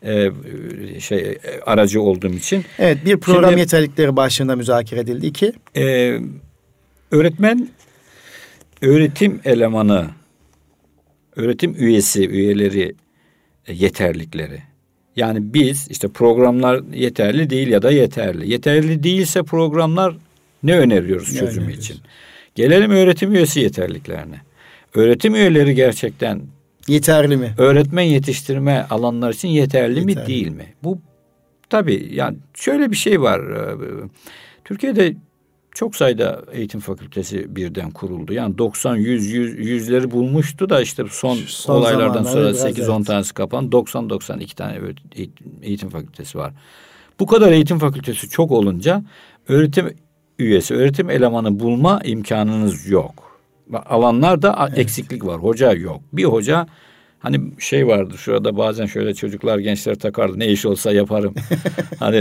aracı olduğum için. Evet, bir program yeterlilikleri başlığında müzakere edildi. 2. Öğretmen, öğretim elemanı, öğretim üyeleri yeterlilikleri. Yani biz işte programlar yeterli değil ya da yeterli. Yeterli değilse programlar ne öneriyoruz çözümü için? Gelelim öğretim üyesi yeterliliklerine. Öğretim üyeleri gerçekten yeterli mi? Öğretmen yetiştirme alanlar için yeterli mi değil mi? Bu tabii yani şöyle bir şey var. Türkiye'de çok sayıda eğitim fakültesi birden kuruldu. Yani 100'leri bulmuştu da işte son olaylardan sonra 8-10 tanesi kapandı. 92 tane eğitim fakültesi var. Bu kadar eğitim fakültesi çok olunca öğretim üyesi, öğretim elemanı bulma imkanınız yok. Alanlarda eksiklik var. Hoca yok. Bir hoca, hani şey vardı şurada, bazen şöyle çocuklar, gençler takardı. Ne iş olsa yaparım. Hani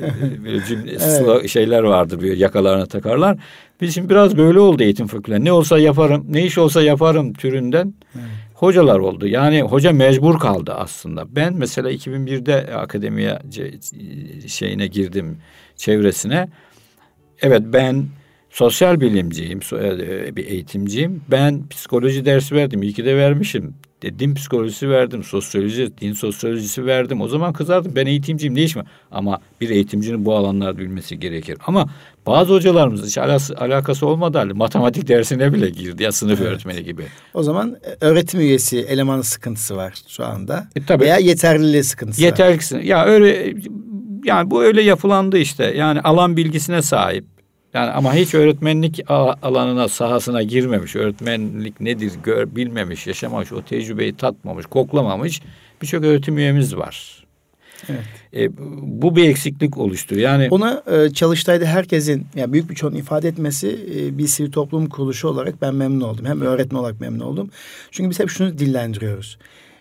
böyle şeyler vardır, böyle yakalarına takarlar. Biz şimdi biraz böyle oldu eğitim fakülteleri. Ne olsa yaparım, ne iş olsa yaparım türünden hocalar oldu. Yani hoca mecbur kaldı aslında. Ben mesela 2001'de akademiye şeyine girdim, çevresine. Evet, ben sosyal bilimciyim, bir eğitimciyim. Ben psikoloji dersi verdim. İyi ki de vermişim. Din psikolojisi verdim, sosyoloji, din sosyolojisi verdim. O zaman kızardım. Ben eğitimciyim, ne iş mi? Ama bir eğitimcinin bu alanlarda bilmesi gerekir. Ama bazı hocalarımız hiç alakası olmadı halde matematik dersine bile girdi ya, sınıf öğretmeni gibi. O zaman öğretim üyesi elemanı sıkıntısı var şu anda. Tabii, veya yeterliliği sıkıntısı var. Ya öyle, yani bu öyle yapılandı işte. Yani alan bilgisine sahip. Yani ama hiç öğretmenlik alanına, sahasına girmemiş, öğretmenlik nedir bilmemiş, yaşamamış, o tecrübeyi tatmamış, koklamamış birçok öğretim üyemiz var. Evet. Bu bir eksiklik oluşturuyor. Yani ona Çalıştay'da herkesin, yani büyük bir çoğunun ifade etmesi, bir sivil toplum kuruluşu olarak ben memnun oldum. Hem öğretmen olarak memnun oldum. Çünkü biz hep şunu dillendiriyoruz.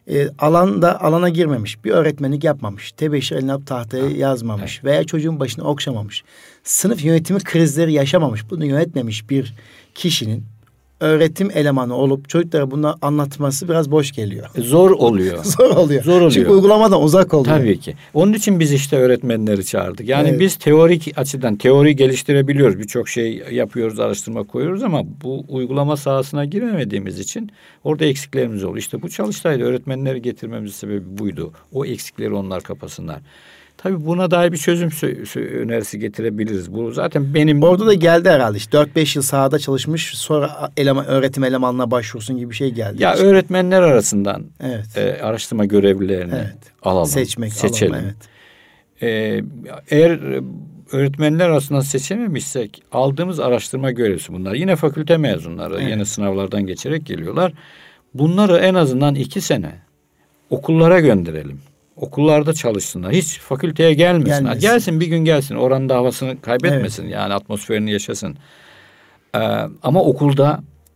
Alana girmemiş, bir öğretmenlik yapmamış, tebeşir eline alıp tahtaya yazmamış veya çocuğun başını okşamamış, sınıf yönetimi krizleri yaşamamış, bunu yönetmemiş bir kişinin öğretim elemanı olup çocuklara bunu anlatması biraz boş geliyor. Zor oluyor. Zor oluyor. Çünkü uygulamadan uzak oluyor. Tabii ki. Onun için biz işte öğretmenleri çağırdık. Yani biz teorik açıdan teori geliştirebiliyoruz. Birçok şey yapıyoruz, araştırma koyuyoruz ama bu uygulama sahasına giremediğimiz için orada eksiklerimiz oldu. İşte bu Çalıştay'da öğretmenleri getirmemizin sebebi buydu. O eksikleri onlar kapasınlar. Tabii buna dair bir çözüm önerisi getirebiliriz. Bu zaten benim... Orada da geldi herhalde. İşte 4-5 yıl sahada çalışmış, sonra öğretim elemanına başvursun gibi bir şey geldi. Ya öğretmenler arasından araştırma görevlilerini alalım. Seçelim. Alalım, eğer öğretmenler arasından seçememişsek aldığımız araştırma görevlisi bunlar. Yine fakülte mezunları, yine sınavlardan geçerek geliyorlar. Bunları en azından 2 sene okullara gönderelim. Okullarda çalışsınlar. Hiç fakülteye gelmesin. Gelsin, bir gün gelsin. Oranın da havasını kaybetmesin. Yani atmosferini yaşasın. Ama okulda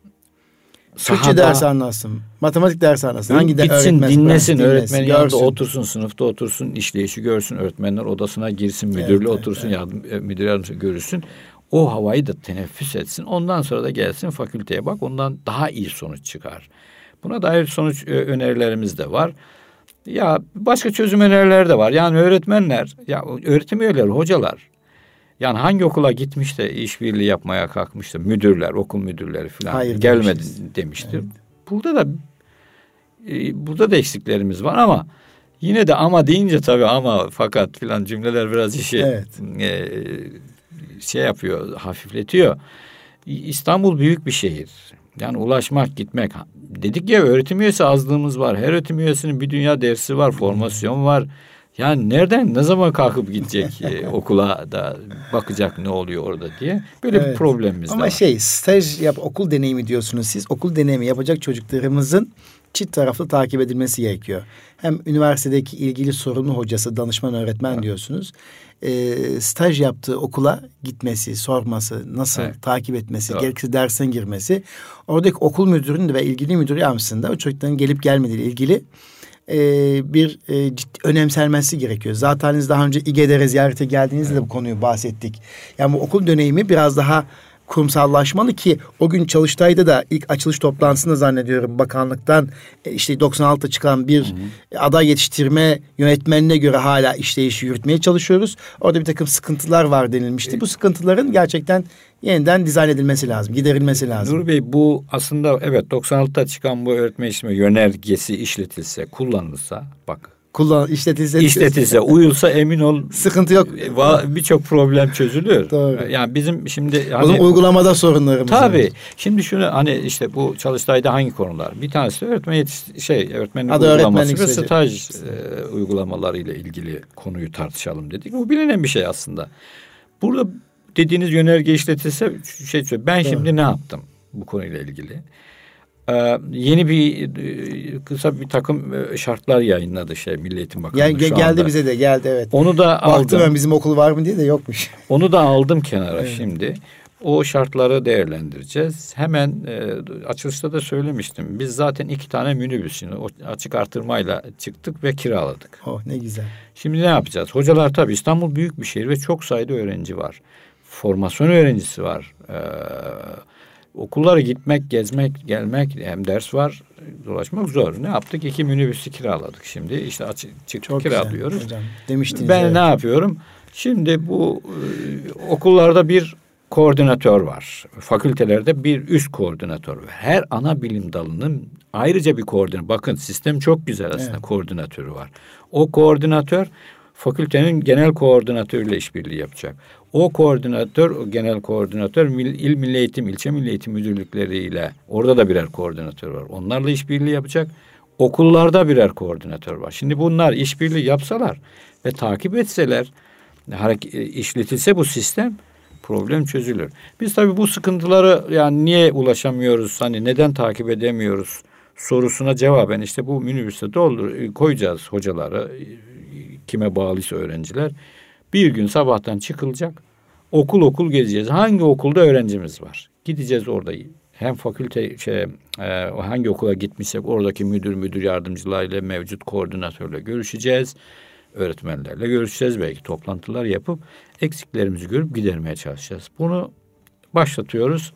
Türkçe dersi anlatsın. Matematik dersi anlatsın. Hangi bitsin, dinlesin. Öğretmenin yanında otursun, sınıfta otursun. İşleyişi görsün. Öğretmenler odasına girsin. Müdürle otursun. Müdür yardımcısı görürsün. O havayı da teneffüs etsin. Ondan sonra da gelsin fakülteye. Bak, ondan daha iyi sonuç çıkar. Buna dair sonuç önerilerimiz de var. Ya başka çözüm önerileri de var. Yani öğretmenler, ya öğretim üyeleri, hocalar, yani hangi okula gitmiş de işbirliği yapmaya kalkmıştı, müdürler, okul müdürleri falan gelmedi demiştir. Evet. Burada da eksiklerimiz var ama yine de ama deyince tabii ama fakat filan cümleler biraz işi şey yapıyor, hafifletiyor. İstanbul büyük bir şehir. Yani ulaşmak, gitmek. Dedik ya, öğretim üyesi azlığımız var. Her öğretim üyesinin bir dünya dersi var, formasyon var. Yani nereden, ne zaman kalkıp gidecek okula da bakacak ne oluyor orada diye. Böyle bir problemimiz ama var. Ama staj okul deneyimi diyorsunuz siz. Okul deneyimi yapacak çocuklarımızın çift taraflı takip edilmesi gerekiyor. Hem üniversitedeki ilgili sorumlu hocası, danışman öğretmen diyorsunuz. Staj yaptığı okula gitmesi, sorması, nasıl takip etmesi, gerekirse dersine girmesi. Oradaki okul müdürünün ve ilgili müdür yardımcısında o çocukların gelip gelmediğiyle ilgili ciddi önemsenmesi gerekiyor. Zaten daha önce İGEDER'e ziyarete geldiğinizde de bu konuyu bahsettik. Yani bu okul dönemi biraz daha kurumsallaşmalı ki o gün Çalıştay'da da ilk açılış toplantısında zannediyorum bakanlıktan işte 96'da çıkan bir aday yetiştirme yönetmenine göre hala işleyişi yürütmeye çalışıyoruz. Orada bir takım sıkıntılar var denilmişti. Bu sıkıntıların gerçekten yeniden dizayn edilmesi lazım, giderilmesi lazım. Nur Bey, bu aslında evet 96'da çıkan bu öğretmen eğitimi yönergesi işletilse, kullanılsa, bak. İşletilse, uyulsa emin ol. Sıkıntı yok. Birçok problem çözülüyor. Doğru. Yani bizim şimdi hani, uygulamada sorunlarımız var. Tabii. Şimdi şunu, hani işte bu Çalıştay'da hangi konular? Bir tanesi de öğretmenlik uygulaması ve staj uygulamaları ile ilgili konuyu tartışalım dedik. Bu bilinen bir şey aslında. Burada dediğiniz yönerge işletilse ben şimdi ne yaptım bu konuyla ilgili? Yeni bir kısa bir takım şartlar yayınladı Milli Eğitim Bakanlığı şu geldi anda. Bize de geldi evet. Onu da aldım. Baktım ben bizim okul var mı diye de yokmuş. Onu da aldım kenara şimdi. O şartları değerlendireceğiz. Hemen açılışta da söylemiştim. Biz zaten 2 tane minibüs şimdi o açık artırmayla çıktık ve kiraladık. Oh ne güzel. Şimdi ne yapacağız? Hocalar tabii İstanbul büyük bir şehir ve çok sayıda öğrenci var. Formasyon öğrencisi var. Okullara gitmek, gezmek, gelmek hem ders var. Dolaşmak zor. Ne yaptık? 2 minibüsü kiraladık şimdi. İşte çıktık çok kiralıyoruz. Hocam, demiştiniz. Ben ne yapıyorum? Şimdi bu okullarda bir koordinatör var. Fakültelerde bir üst koordinatör var. Her ana bilim dalının ayrıca bir koordinatör. Bakın sistem çok güzel aslında koordinatörü var. O koordinatör fakültenin genel koordinatörüyle işbirliği yapacak. O koordinatör, genel koordinatör il milli eğitim, ilçe milli eğitim müdürlükleriyle orada da birer koordinatör var. Onlarla işbirliği yapacak. Okullarda birer koordinatör var. Şimdi bunlar işbirliği yapsalar ve takip etseler, işletilse bu sistem problem çözülür. Biz tabii bu sıkıntıları yani niye ulaşamıyoruz, hani neden takip edemiyoruz sorusuna cevaben işte bu minibüste koyacağız hocaları, kime bağlıysa öğrenciler. Bir gün sabahtan çıkılacak, okul gezeceğiz. Hangi okulda öğrencimiz var? Gideceğiz orada. Hem fakülte hangi okula gitmişsek oradaki müdür yardımcılarıyla mevcut koordinatörle görüşeceğiz. Öğretmenlerle görüşeceğiz. Belki toplantılar yapıp eksiklerimizi görüp gidermeye çalışacağız. Bunu başlatıyoruz.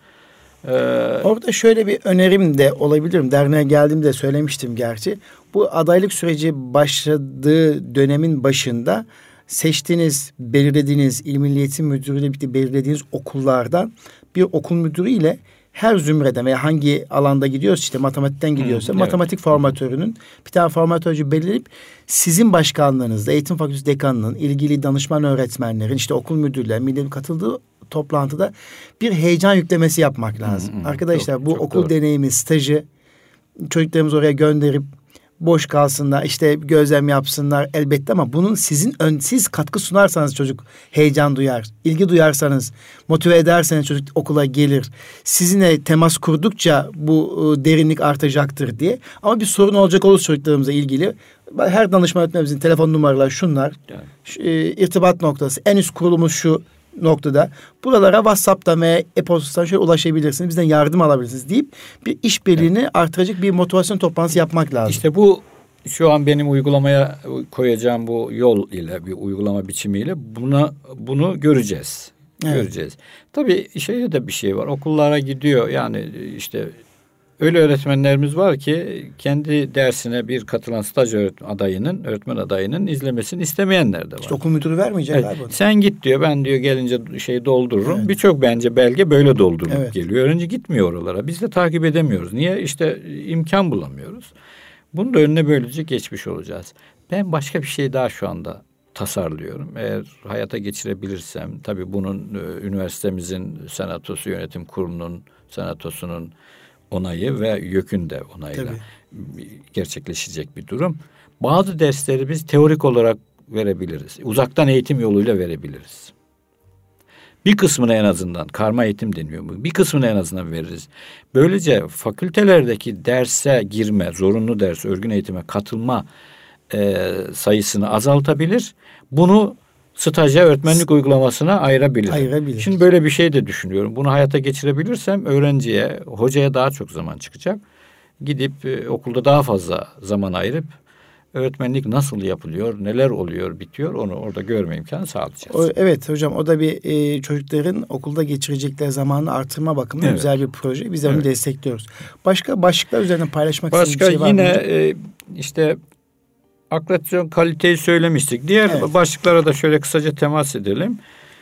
Orada şöyle bir önerim de olabilir. Derneğe geldiğimde söylemiştim gerçi. Bu adaylık süreci başladığı dönemin başında seçtiğiniz, belirlediğiniz İl Milli Eğitim Müdürü'yle birlikte belirlediğiniz okullardan bir okul müdürüyle her zümreden veya hangi alanda gidiyorsa işte matematikten gidiyorsa matematik formatörünün bir tane formatörcü belirleyip sizin başkanlığınızda eğitim fakültesi dekanının, ilgili danışman öğretmenlerin, işte okul müdürleri, millilerin katıldığı toplantıda bir heyecan yüklemesi yapmak lazım. Arkadaşlar bu okul doğru. Deneyimi, stajı çocuklarımızı oraya gönderip boş kalsınlar, işte gözlem yapsınlar elbette ama bunun siz katkı sunarsanız çocuk heyecan duyar, ilgi duyarsanız, motive ederseniz çocuk okula gelir. Sizinle temas kurdukça bu derinlik artacaktır diye. Ama bir sorun olacak olursa çocuklarımıza ilgili her danışman öğretmenimizin telefon numaraları şunlar, irtibat noktası, en üst kurulumuz şu noktada. Buralara WhatsApp'tan veya e-postadan şöyle ulaşabilirsiniz. Bizden yardım alabilirsiniz deyip bir işbirliğini artıracak bir motivasyon toplantısı yapmak lazım. İşte bu şu an benim uygulamaya koyacağım bu yol ile, bir uygulama biçimiyle bunu göreceğiz. Evet. Göreceğiz. Tabii de bir şey var. Okullara gidiyor. Yani işte öyle öğretmenlerimiz var ki kendi dersine bir katılan staj öğretmen adayının izlemesini istemeyenler de var. İşte okul müdürü vermeyecek galiba. Sen git diyor, ben diyor gelince doldururum. Evet. Birçok bence belge böyle doldurulup geliyor. Öğrenci gitmiyor oralara. Biz de takip edemiyoruz. Niye? İşte imkan bulamıyoruz. Bunun da önüne böylece geçmiş olacağız. Ben başka bir şey daha şu anda tasarlıyorum. Eğer hayata geçirebilirsem, tabii bunun üniversitemizin senatosu, yönetim kurulunun senatosunun onayı ve YÖK'ün de onayıyla gerçekleşecek bir durum. Bazı dersleri biz teorik olarak verebiliriz. Uzaktan eğitim yoluyla verebiliriz. Bir kısmını en azından, karma eğitim deniyor bu. Bir kısmını en azından veririz. Böylece fakültelerdeki derse girme, zorunlu ders, örgün eğitime katılma sayısını azaltabilir. Bunu staja, öğretmenlik uygulamasına ayırabilir. Şimdi böyle bir şey de düşünüyorum. Bunu hayata geçirebilirsem öğrenciye, hocaya daha çok zaman çıkacak. Gidip okulda daha fazla zaman ayırıp öğretmenlik nasıl yapılıyor, neler oluyor, bitiyor onu orada görme imkanı sağlayacağız. Evet hocam, o da bir çocukların okulda geçirecekleri zamanı artırma bakımından güzel bir proje. Biz de onu destekliyoruz. Başka başlıklar üzerine paylaşmak istediğiniz bir şey var mı? Başka yine işte akreditasyon kaliteyi söylemiştik. Diğer başlıklara da şöyle kısaca temas edelim.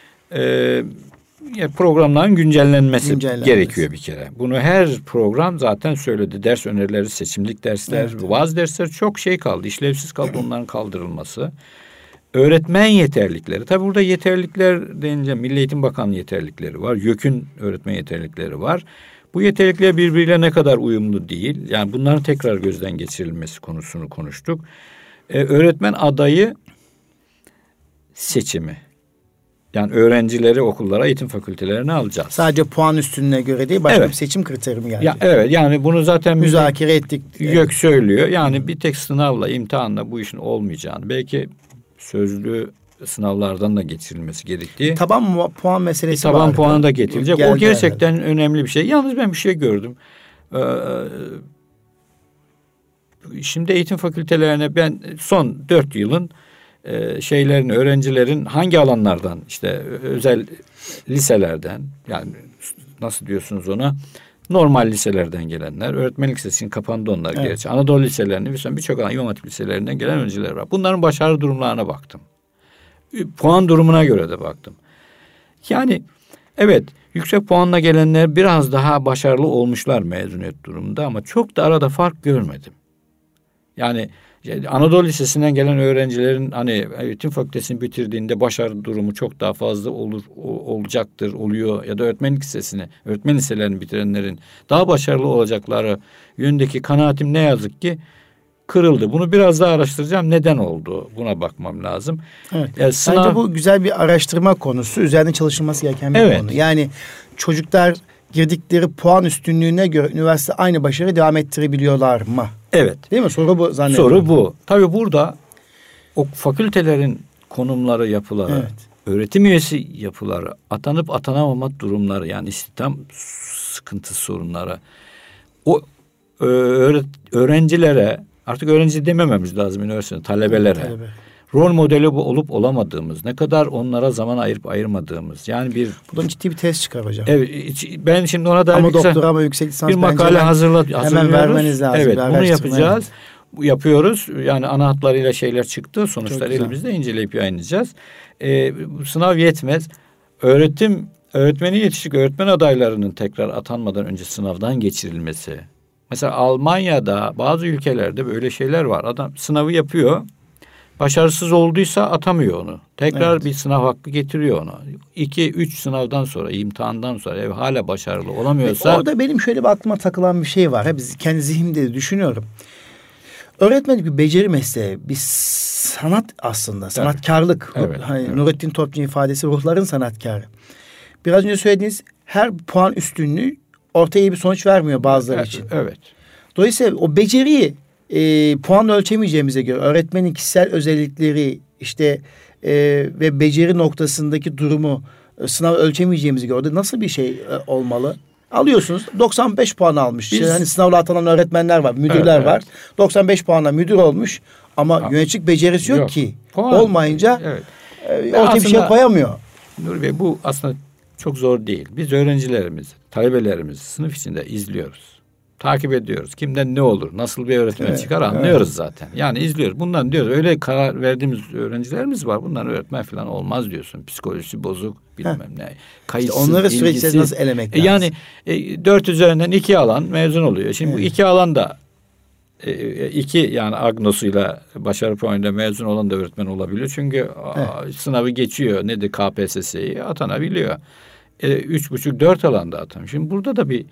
Programların güncellenmesi gerekiyor bir kere. Bunu her program zaten söyledi. Ders önerileri, seçimlik dersler, bazı dersler çok kaldı. İşlevsiz kaldı, onların kaldırılması. Öğretmen yeterlilikleri. Tabii burada yeterlilikler deyince Milli Eğitim Bakanlığı yeterlilikleri var. YÖK'ün öğretmen yeterlilikleri var. Bu yeterlilikler birbiriyle ne kadar uyumlu değil. Yani bunların tekrar gözden geçirilmesi konusunu konuştuk. Öğretmen adayı seçimi. Yani öğrencileri okullara, eğitim fakültelerine alacağız. Sadece puan üstünlüğüne göre değil, başka bir seçim kriteri mi geldi? Ya, evet, yani bunu zaten müzakere ettik. YÖK söylüyor. Yani bir tek sınavla, imtihanla bu işin olmayacağını, belki sözlü sınavlardan da geçirilmesi gerektiği. Taban puan meselesi var. Taban puanı da getirilecek. O gerçekten önemli bir şey. Yalnız ben bir şey gördüm. Şimdi eğitim fakültelerine ben son 4 yılın öğrencilerin hangi alanlardan, işte özel liselerden, yani nasıl diyorsunuz ona, normal liselerden gelenler, öğretmenlik lisesinin kapandı onlar gerçi. Anadolu liselerinin birçok alan, İmam Hatip liselerinden gelen öğrenciler var. Bunların başarı durumlarına baktım. Puan durumuna göre de baktım. Yani evet, yüksek puanla gelenler biraz daha başarılı olmuşlar mezuniyet durumunda ama çok da arada fark görmedim. Yani Anadolu Lisesi'nden gelen öğrencilerin hani eğitim fakültesini bitirdiğinde başarı durumu çok daha fazla oluyor ya da öğretmen liselerini bitirenlerin daha başarılı olacakları yönündeki kanaatim ne yazık ki kırıldı. Bunu biraz daha araştıracağım. Neden oldu? Buna bakmam lazım. Evet. Bence bu güzel bir araştırma konusu. Üzerine çalışılması gereken bir konu. Yani çocuklar girdikleri puan üstünlüğüne göre üniversite aynı başarı devam ettirebiliyorlar mı? Evet. Değil mi? Soru bu zannediyorum. Soru bu. Tabii burada o fakültelerin konumları, yapıları, öğretim üyesi yapıları, atanıp atanamama durumları, yani istihdam sıkıntısı sorunları, o öğrencilere, artık öğrenci demememiz lazım, üniversite talebelere. Rol modeli olup olamadığımız, ne kadar onlara zaman ayırıp ayırmadığımız, yani buradan ciddi bir test çıkar hocam. Evet, ben şimdi ona dair doktora ama yüksek lisans bir makale hazırlıyoruz. Hemen vermeniz lazım. Evet, bunu yapacağız. Yapıyoruz. Yani ana hatlarıyla şeyler çıktı. Sonuçlar elimizde, inceleyip yayınlayacağız. Sınav yetmez. Öğretmeni yetiştik öğretmen adaylarının tekrar atanmadan önce sınavdan geçirilmesi. Mesela Almanya'da, bazı ülkelerde böyle şeyler var. Adam sınavı yapıyor. Başarısız olduysa atamıyor onu. Tekrar bir sınav hakkı getiriyor ona. 2-3 sınavdan sonra, imtihandan sonra hala başarılı olamıyorsa. Orada benim şöyle bir aklıma takılan bir şey var. Hep kendi zihnimde düşünüyorum. Öğretmenlik bir beceri mesleği, bir sanat aslında, sanatkarlık. Nurettin Topçu'nun ifadesi ruhların sanatkarı. Biraz önce söylediğiniz her puan üstünlüğü ortaya iyi bir sonuç vermiyor bazıları için. Evet. Dolayısıyla o beceriyi puanla ölçemeyeceğimize göre öğretmenin kişisel özellikleri ve beceri noktasındaki durumu sınav ölçemeyeceğimize göre orada nasıl bir şey olmalı? Alıyorsunuz 95 puan almış. Hani sınavla atanan öğretmenler var, müdürler var. 95 puanla müdür olmuş ama yöneticilik becerisi yok ki. Puan olmayınca ortaya bir şey koyamıyor. Nuri Bey, bu aslında çok zor değil. Biz öğrencilerimiz, talebelerimiz sınıf içinde izliyoruz. Takip ediyoruz. Kimden ne olur, nasıl bir öğretmen çıkar anlıyoruz zaten. Yani izliyoruz. Bundan diyoruz. Öyle karar verdiğimiz öğrencilerimiz var. Bundan öğretmen falan olmaz diyorsun. Psikolojisi bozuk, bilmem ne. Kayıtsız, onları süreçte nasıl elemek lazım? Yani 4 üzerinden 2 alan mezun oluyor. Şimdi bu 2 alanda 2 yani agnosuyla başarı puanıyla mezun olan da öğretmen olabiliyor. Çünkü sınavı geçiyor. Nedir, KPSS'yi atanabiliyor. 3,5-4 alanda atanıyor. Şimdi burada da bir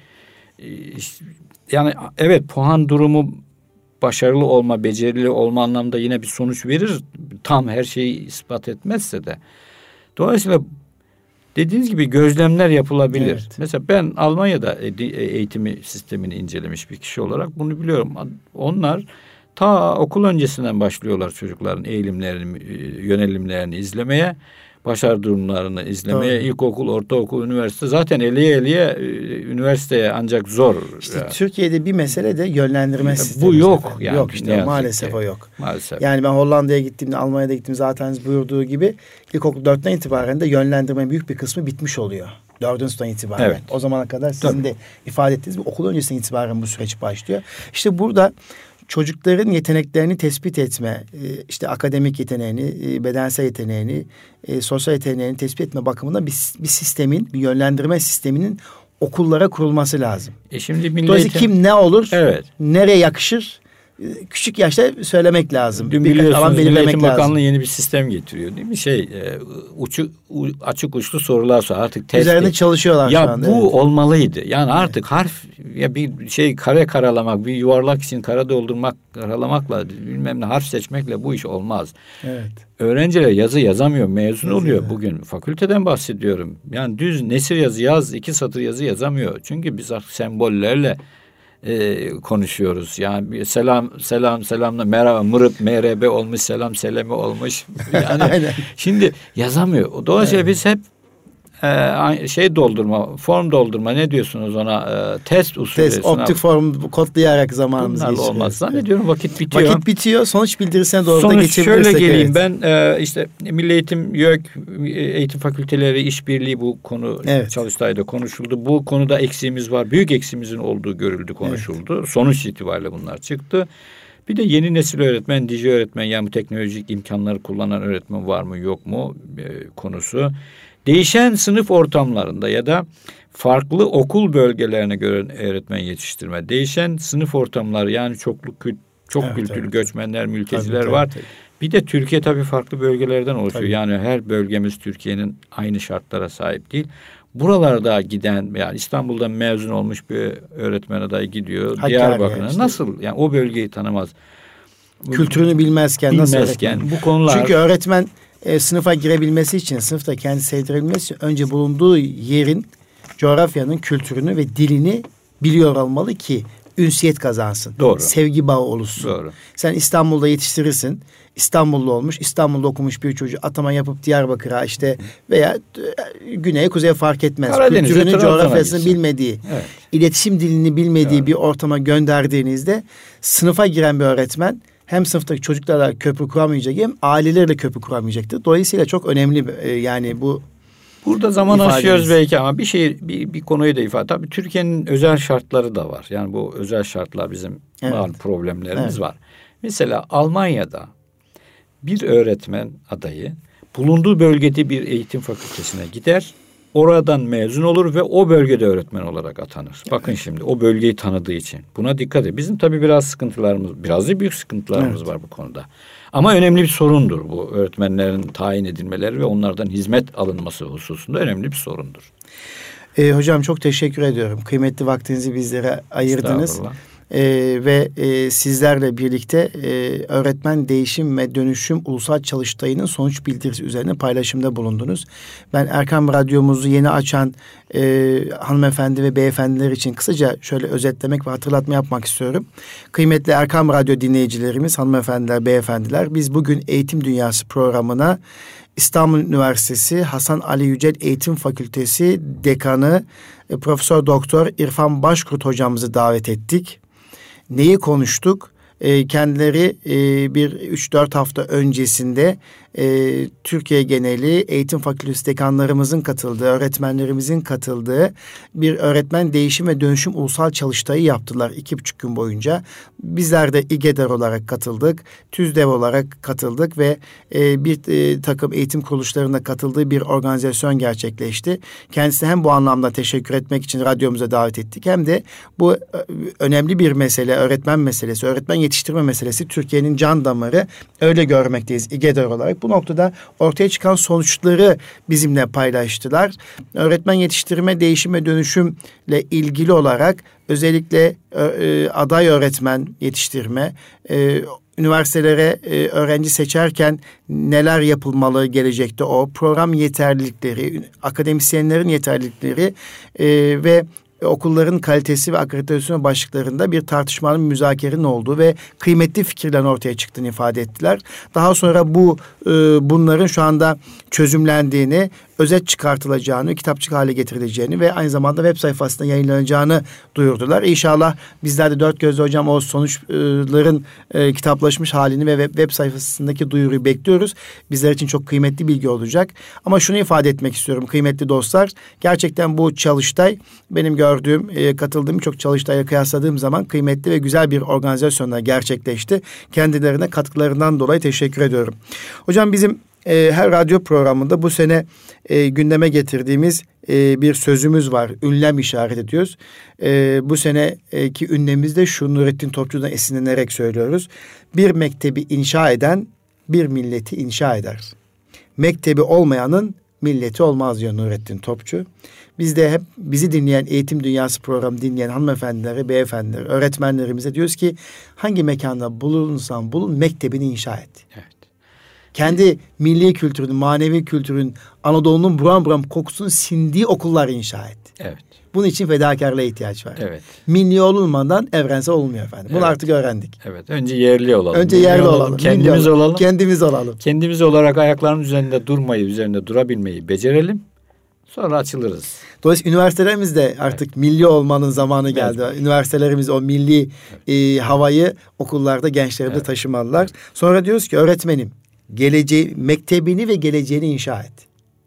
yani evet, puan durumu başarılı olma, becerili olma anlamda yine bir sonuç verir. Tam her şeyi ispat etmezse de. Dolayısıyla dediğiniz gibi gözlemler yapılabilir. Evet. Mesela ben Almanya'da eğitimi sistemini incelemiş bir kişi olarak bunu biliyorum. Onlar ta okul öncesinden başlıyorlar çocukların eğilimlerini, yönelimlerini izlemeye. Başarı durumlarını izlemeye, İlkokul, ortaokul, üniversite zaten eliye üniversiteye ancak zor. İşte Türkiye'de bir mesele de yönlendirme sistemi. Bu yok. Yani, yok işte maalesef o yok. Maalesef. Yani ben Hollanda'ya gittiğimde, Almanya'da gittiğimde zaten buyurduğu gibi ilkokul 4'ten itibaren de yönlendirmenin büyük bir kısmı bitmiş oluyor. 4. sınıftan itibaren. Evet. O zamana kadar sizin de ifade ettiğiniz gibi okul öncesinden itibaren bu süreç başlıyor. İşte burada çocukların yeteneklerini tespit etme, akademik yeteneğini, bedensel yeteneğini, sosyal yeteneğini tespit etme bakımından bir sistemin, bir yönlendirme sisteminin okullara kurulması lazım. Şimdi dolayısıyla kim ne olur, nereye yakışır küçük yaşta söylemek lazım. Dün biliyorsunuz Milli Eğitim Bakanlığı yeni bir sistem getiriyor değil mi? Açık uçlu sorular sor. Artık test. Üzerinde çalışıyorlar ya şu anda. Bu olmalıydı. Yani artık harf ya bir kare karalamak, bir yuvarlak için kare doldurmak, karalamakla bilmem ne harf seçmekle bu iş olmaz. Evet. Öğrenciler yazı yazamıyor, mezun oluyor bugün. Fakülteden bahsediyorum. Yani düz nesir yazı 2 satır yazı yazamıyor. Çünkü biz artık sembollerle konuşuyoruz. Yani selamla merhaba mırıp MRB olmuş, selami olmuş. Yani şimdi yazamıyor. Dolayısıyla biz hep form doldurma ne diyorsunuz ona? Test usulü. Optik form kodlayarak zamanımız geçiyor. Olmaz. Zannediyorum vakit bitiyor. Vakit bitiyor. Sonuç bildirisine doğru da geçebilirsek. Şöyle geleyim ben işte Milli Eğitim, YÖK, Eğitim Fakülteleri işbirliği bu konu Çalıştay'da konuşuldu. Bu konuda eksiğimiz var. Büyük eksiğimizin olduğu görüldü, konuşuldu. Evet. Sonuç itibariyle bunlar çıktı. Bir de yeni nesil öğretmen, dici öğretmen, yani bu teknolojik imkanları kullanan öğretmen var mı yok mu konusu. Değişen sınıf ortamlarında ya da farklı okul bölgelerine göre öğretmen yetiştirme. Değişen sınıf ortamları, yani çok kültürlü göçmenler, mülteciler var. Tabii. Bir de Türkiye tabii farklı bölgelerden oluşuyor. Tabii. Yani her bölgemiz Türkiye'nin aynı şartlara sahip değil. Buralarda giden, yani İstanbul'dan mezun olmuş bir öğretmen adayı gidiyor. Diyarbakır'a nasıl? Yani o bölgeyi tanımaz. Kültürünü bilmezken nasıl öğretmen? Bu konular. Çünkü öğretmen sınıfa girebilmesi için, sınıfta kendini sevdirebilmesi için önce bulunduğu yerin, coğrafyanın kültürünü ve dilini biliyor olmalı ki ünsiyet kazansın. Doğru. Sevgi bağı oluşsun. Doğru. Sen İstanbul'da yetiştirirsin. İstanbullu olmuş, İstanbul'da okumuş bir çocuğu atama yapıp Diyarbakır'a işte veya güneye kuzeye fark etmez. Kültürünü, coğrafyasını bilmediği, iletişim dilini bilmediği bir ortama gönderdiğinizde sınıfa giren bir öğretmen hem sınıftaki çocuklarla köprü kuramayacak hem ailelerle köprü kuramayacaktır. Dolayısıyla çok önemli yani bu. Burada zaman aşıyoruz belki ama bir konuyu da ifade. Tabii Türkiye'nin özel şartları da var. Yani bu özel şartlar bizim problemlerimiz var. Mesela Almanya'da bir öğretmen adayı bulunduğu bölgede bir eğitim fakültesine gider. Oradan mezun olur ve o bölgede öğretmen olarak atanır. Bakın şimdi o bölgeyi tanıdığı için. Buna dikkat edin. Bizim tabii biraz da büyük sıkıntılarımız var bu konuda. Ama önemli bir sorundur bu. Öğretmenlerin tayin edilmeleri ve onlardan hizmet alınması hususunda önemli bir sorundur. Hocam çok teşekkür ediyorum. Kıymetli vaktinizi bizlere ayırdınız. Ve sizlerle birlikte öğretmen değişim ve dönüşüm ulusal çalıştayının sonuç bildirisi üzerine paylaşımda bulundunuz. Ben Erkam Radyomuzu yeni açan hanımefendi ve beyefendiler için kısaca şöyle özetlemek ve hatırlatma yapmak istiyorum. Kıymetli Erkam Radyo dinleyicilerimiz, hanımefendiler, beyefendiler, biz bugün Eğitim Dünyası programına İstanbul Üniversitesi Hasan Ali Yücel Eğitim Fakültesi Dekanı Profesör Doktor İrfan Başkurt hocamızı davet ettik. Neyi konuştuk? Kendileri bir 3-4 hafta öncesinde Türkiye geneli eğitim fakültesi dekanlarımızın katıldığı, öğretmenlerimizin katıldığı bir öğretmen değişim ve dönüşüm ulusal çalıştayı yaptılar 2,5 gün boyunca. Bizler de İGEDER olarak katıldık, TÜZDEV olarak katıldık ve bir takım eğitim kuruluşlarında katıldığı bir organizasyon gerçekleşti. Kendisine hem bu anlamda teşekkür etmek için radyomuza davet ettik, hem de bu önemli bir mesele, öğretmen meselesi, öğretmen yetiştirme meselesi Türkiye'nin can damarı, öyle görmekteyiz İGEDER olarak. Bu noktada ortaya çıkan sonuçları bizimle paylaştılar. Öğretmen yetiştirme, değişim ve dönüşümle ilgili olarak özellikle aday öğretmen yetiştirme, üniversitelere öğrenci seçerken neler yapılmalı gelecekte, o program yeterlilikleri, akademisyenlerin yeterlilikleri ve okulların kalitesi ve akreditasyon başlıklarında bir tartışmanın, müzakerenin olduğu ve kıymetli fikirlerin ortaya çıktığını ifade ettiler. Daha sonra bunların şu anda çözümlendiğini, özet çıkartılacağını, kitapçık hale getirileceğini ve aynı zamanda web sayfasında yayınlanacağını duyurdular. İnşallah bizler de dört gözle hocam o sonuçların kitaplaşmış halini ve web sayfasındaki duyuruyu bekliyoruz. Bizler için çok kıymetli bilgi olacak. Ama şunu ifade etmek istiyorum kıymetli dostlar. Gerçekten bu çalıştay benim gördüğüm, katıldığım çok çalıştaya kıyasladığım zaman kıymetli ve güzel bir organizasyonla gerçekleşti. Kendilerine katkılarından dolayı teşekkür ediyorum. Hocam bizim her radyo programında bu sene gündeme getirdiğimiz bir sözümüz var. Ünlem işaret ediyoruz. Bu seneki ünlemimiz de şu, Nurettin Topçu'dan esinlenerek söylüyoruz. Bir mektebi inşa eden bir milleti inşa eder. Mektebi olmayanın milleti olmaz diyor Nurettin Topçu. Biz de hep bizi dinleyen, Eğitim Dünyası programı dinleyen hanımefendilere, beyefendilere, öğretmenlerimize diyoruz ki hangi mekanda bulunursan bulun mektebini inşa et. Evet. Kendi milli kültürün, manevi kültürün, Anadolu'nun buram buram kokusunun sindiği okullar inşa et. Evet. Bunun için fedakarlığa ihtiyaç var. Evet. Milli olunmadan evrensel olmuyor efendim. Bunu artık öğrendik. Evet. Önce yerli olalım. Önce yerli olalım. Kendimiz olalım. Kendimiz olalım. Kendimiz olarak ayaklarımın üzerinde durmayı, üzerinde durabilmeyi becerelim. Sonra açılırız. Dolayısıyla üniversitelerimiz de artık milli olmanın zamanı geldi. Evet. Üniversitelerimiz o milli havayı okullarda gençlerimize taşımalılar. Sonra diyoruz ki öğretmenim, geleceği, mektebini ve geleceğini inşa et.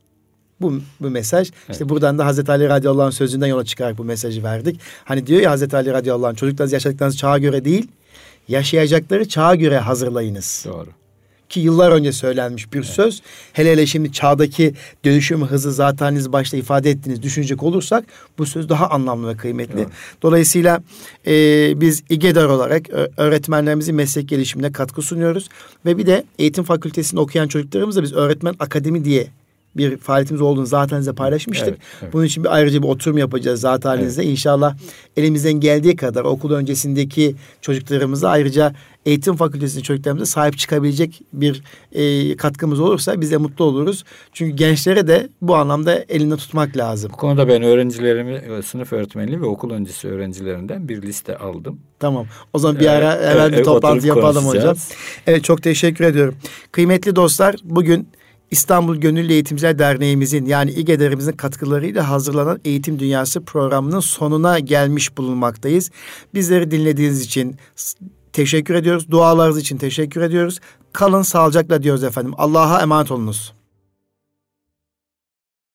Bu mesaj. İşte buradan da Hazreti Ali radıyallahu anh sözünden yola çıkarak bu mesajı verdik. Hani diyor ya Hazreti Ali radıyallahu anh, çocuklarınız yaşadıklarınız çağa göre değil, yaşayacakları çağa göre hazırlayınız. Doğru. Ki yıllar önce söylenmiş bir söz. Hele şimdi çağdaki dönüşüm hızı zaten başta ifade ettiğiniz düşünecek olursak bu söz daha anlamlı ve kıymetli. Doğru. Dolayısıyla biz İGEDAR olarak öğretmenlerimizin meslek gelişimine katkı sunuyoruz. Ve bir de eğitim fakültesinde okuyan çocuklarımızla biz öğretmen akademi diye bir faaliyetimiz olduğunu zaten size paylaşmıştık. Evet. Bunun için ayrıca bir oturum yapacağız zaten size. İnşallah elimizden geldiği kadar okul öncesindeki çocuklarımıza, ayrıca eğitim fakültesindeki çocuklarımıza sahip çıkabilecek bir katkımız olursa biz de mutlu oluruz. Çünkü gençlere de bu anlamda elinde tutmak lazım. Bu konuda ben öğrencilerimi, sınıf öğretmenliği ve okul öncesi öğrencilerinden bir liste aldım. Tamam. O zaman bir ara hemen bir toplantı yapalım hocam. Evet, çok teşekkür ediyorum. Kıymetli dostlar, bugün İstanbul Gönüllü Eğitimciler Derneğimizin, yani İGEDAR'ımızın katkılarıyla hazırlanan Eğitim Dünyası programının sonuna gelmiş bulunmaktayız. Bizleri dinlediğiniz için teşekkür ediyoruz. Dualarınız için teşekkür ediyoruz. Kalın sağlıcakla diyoruz efendim. Allah'a emanet olunuz.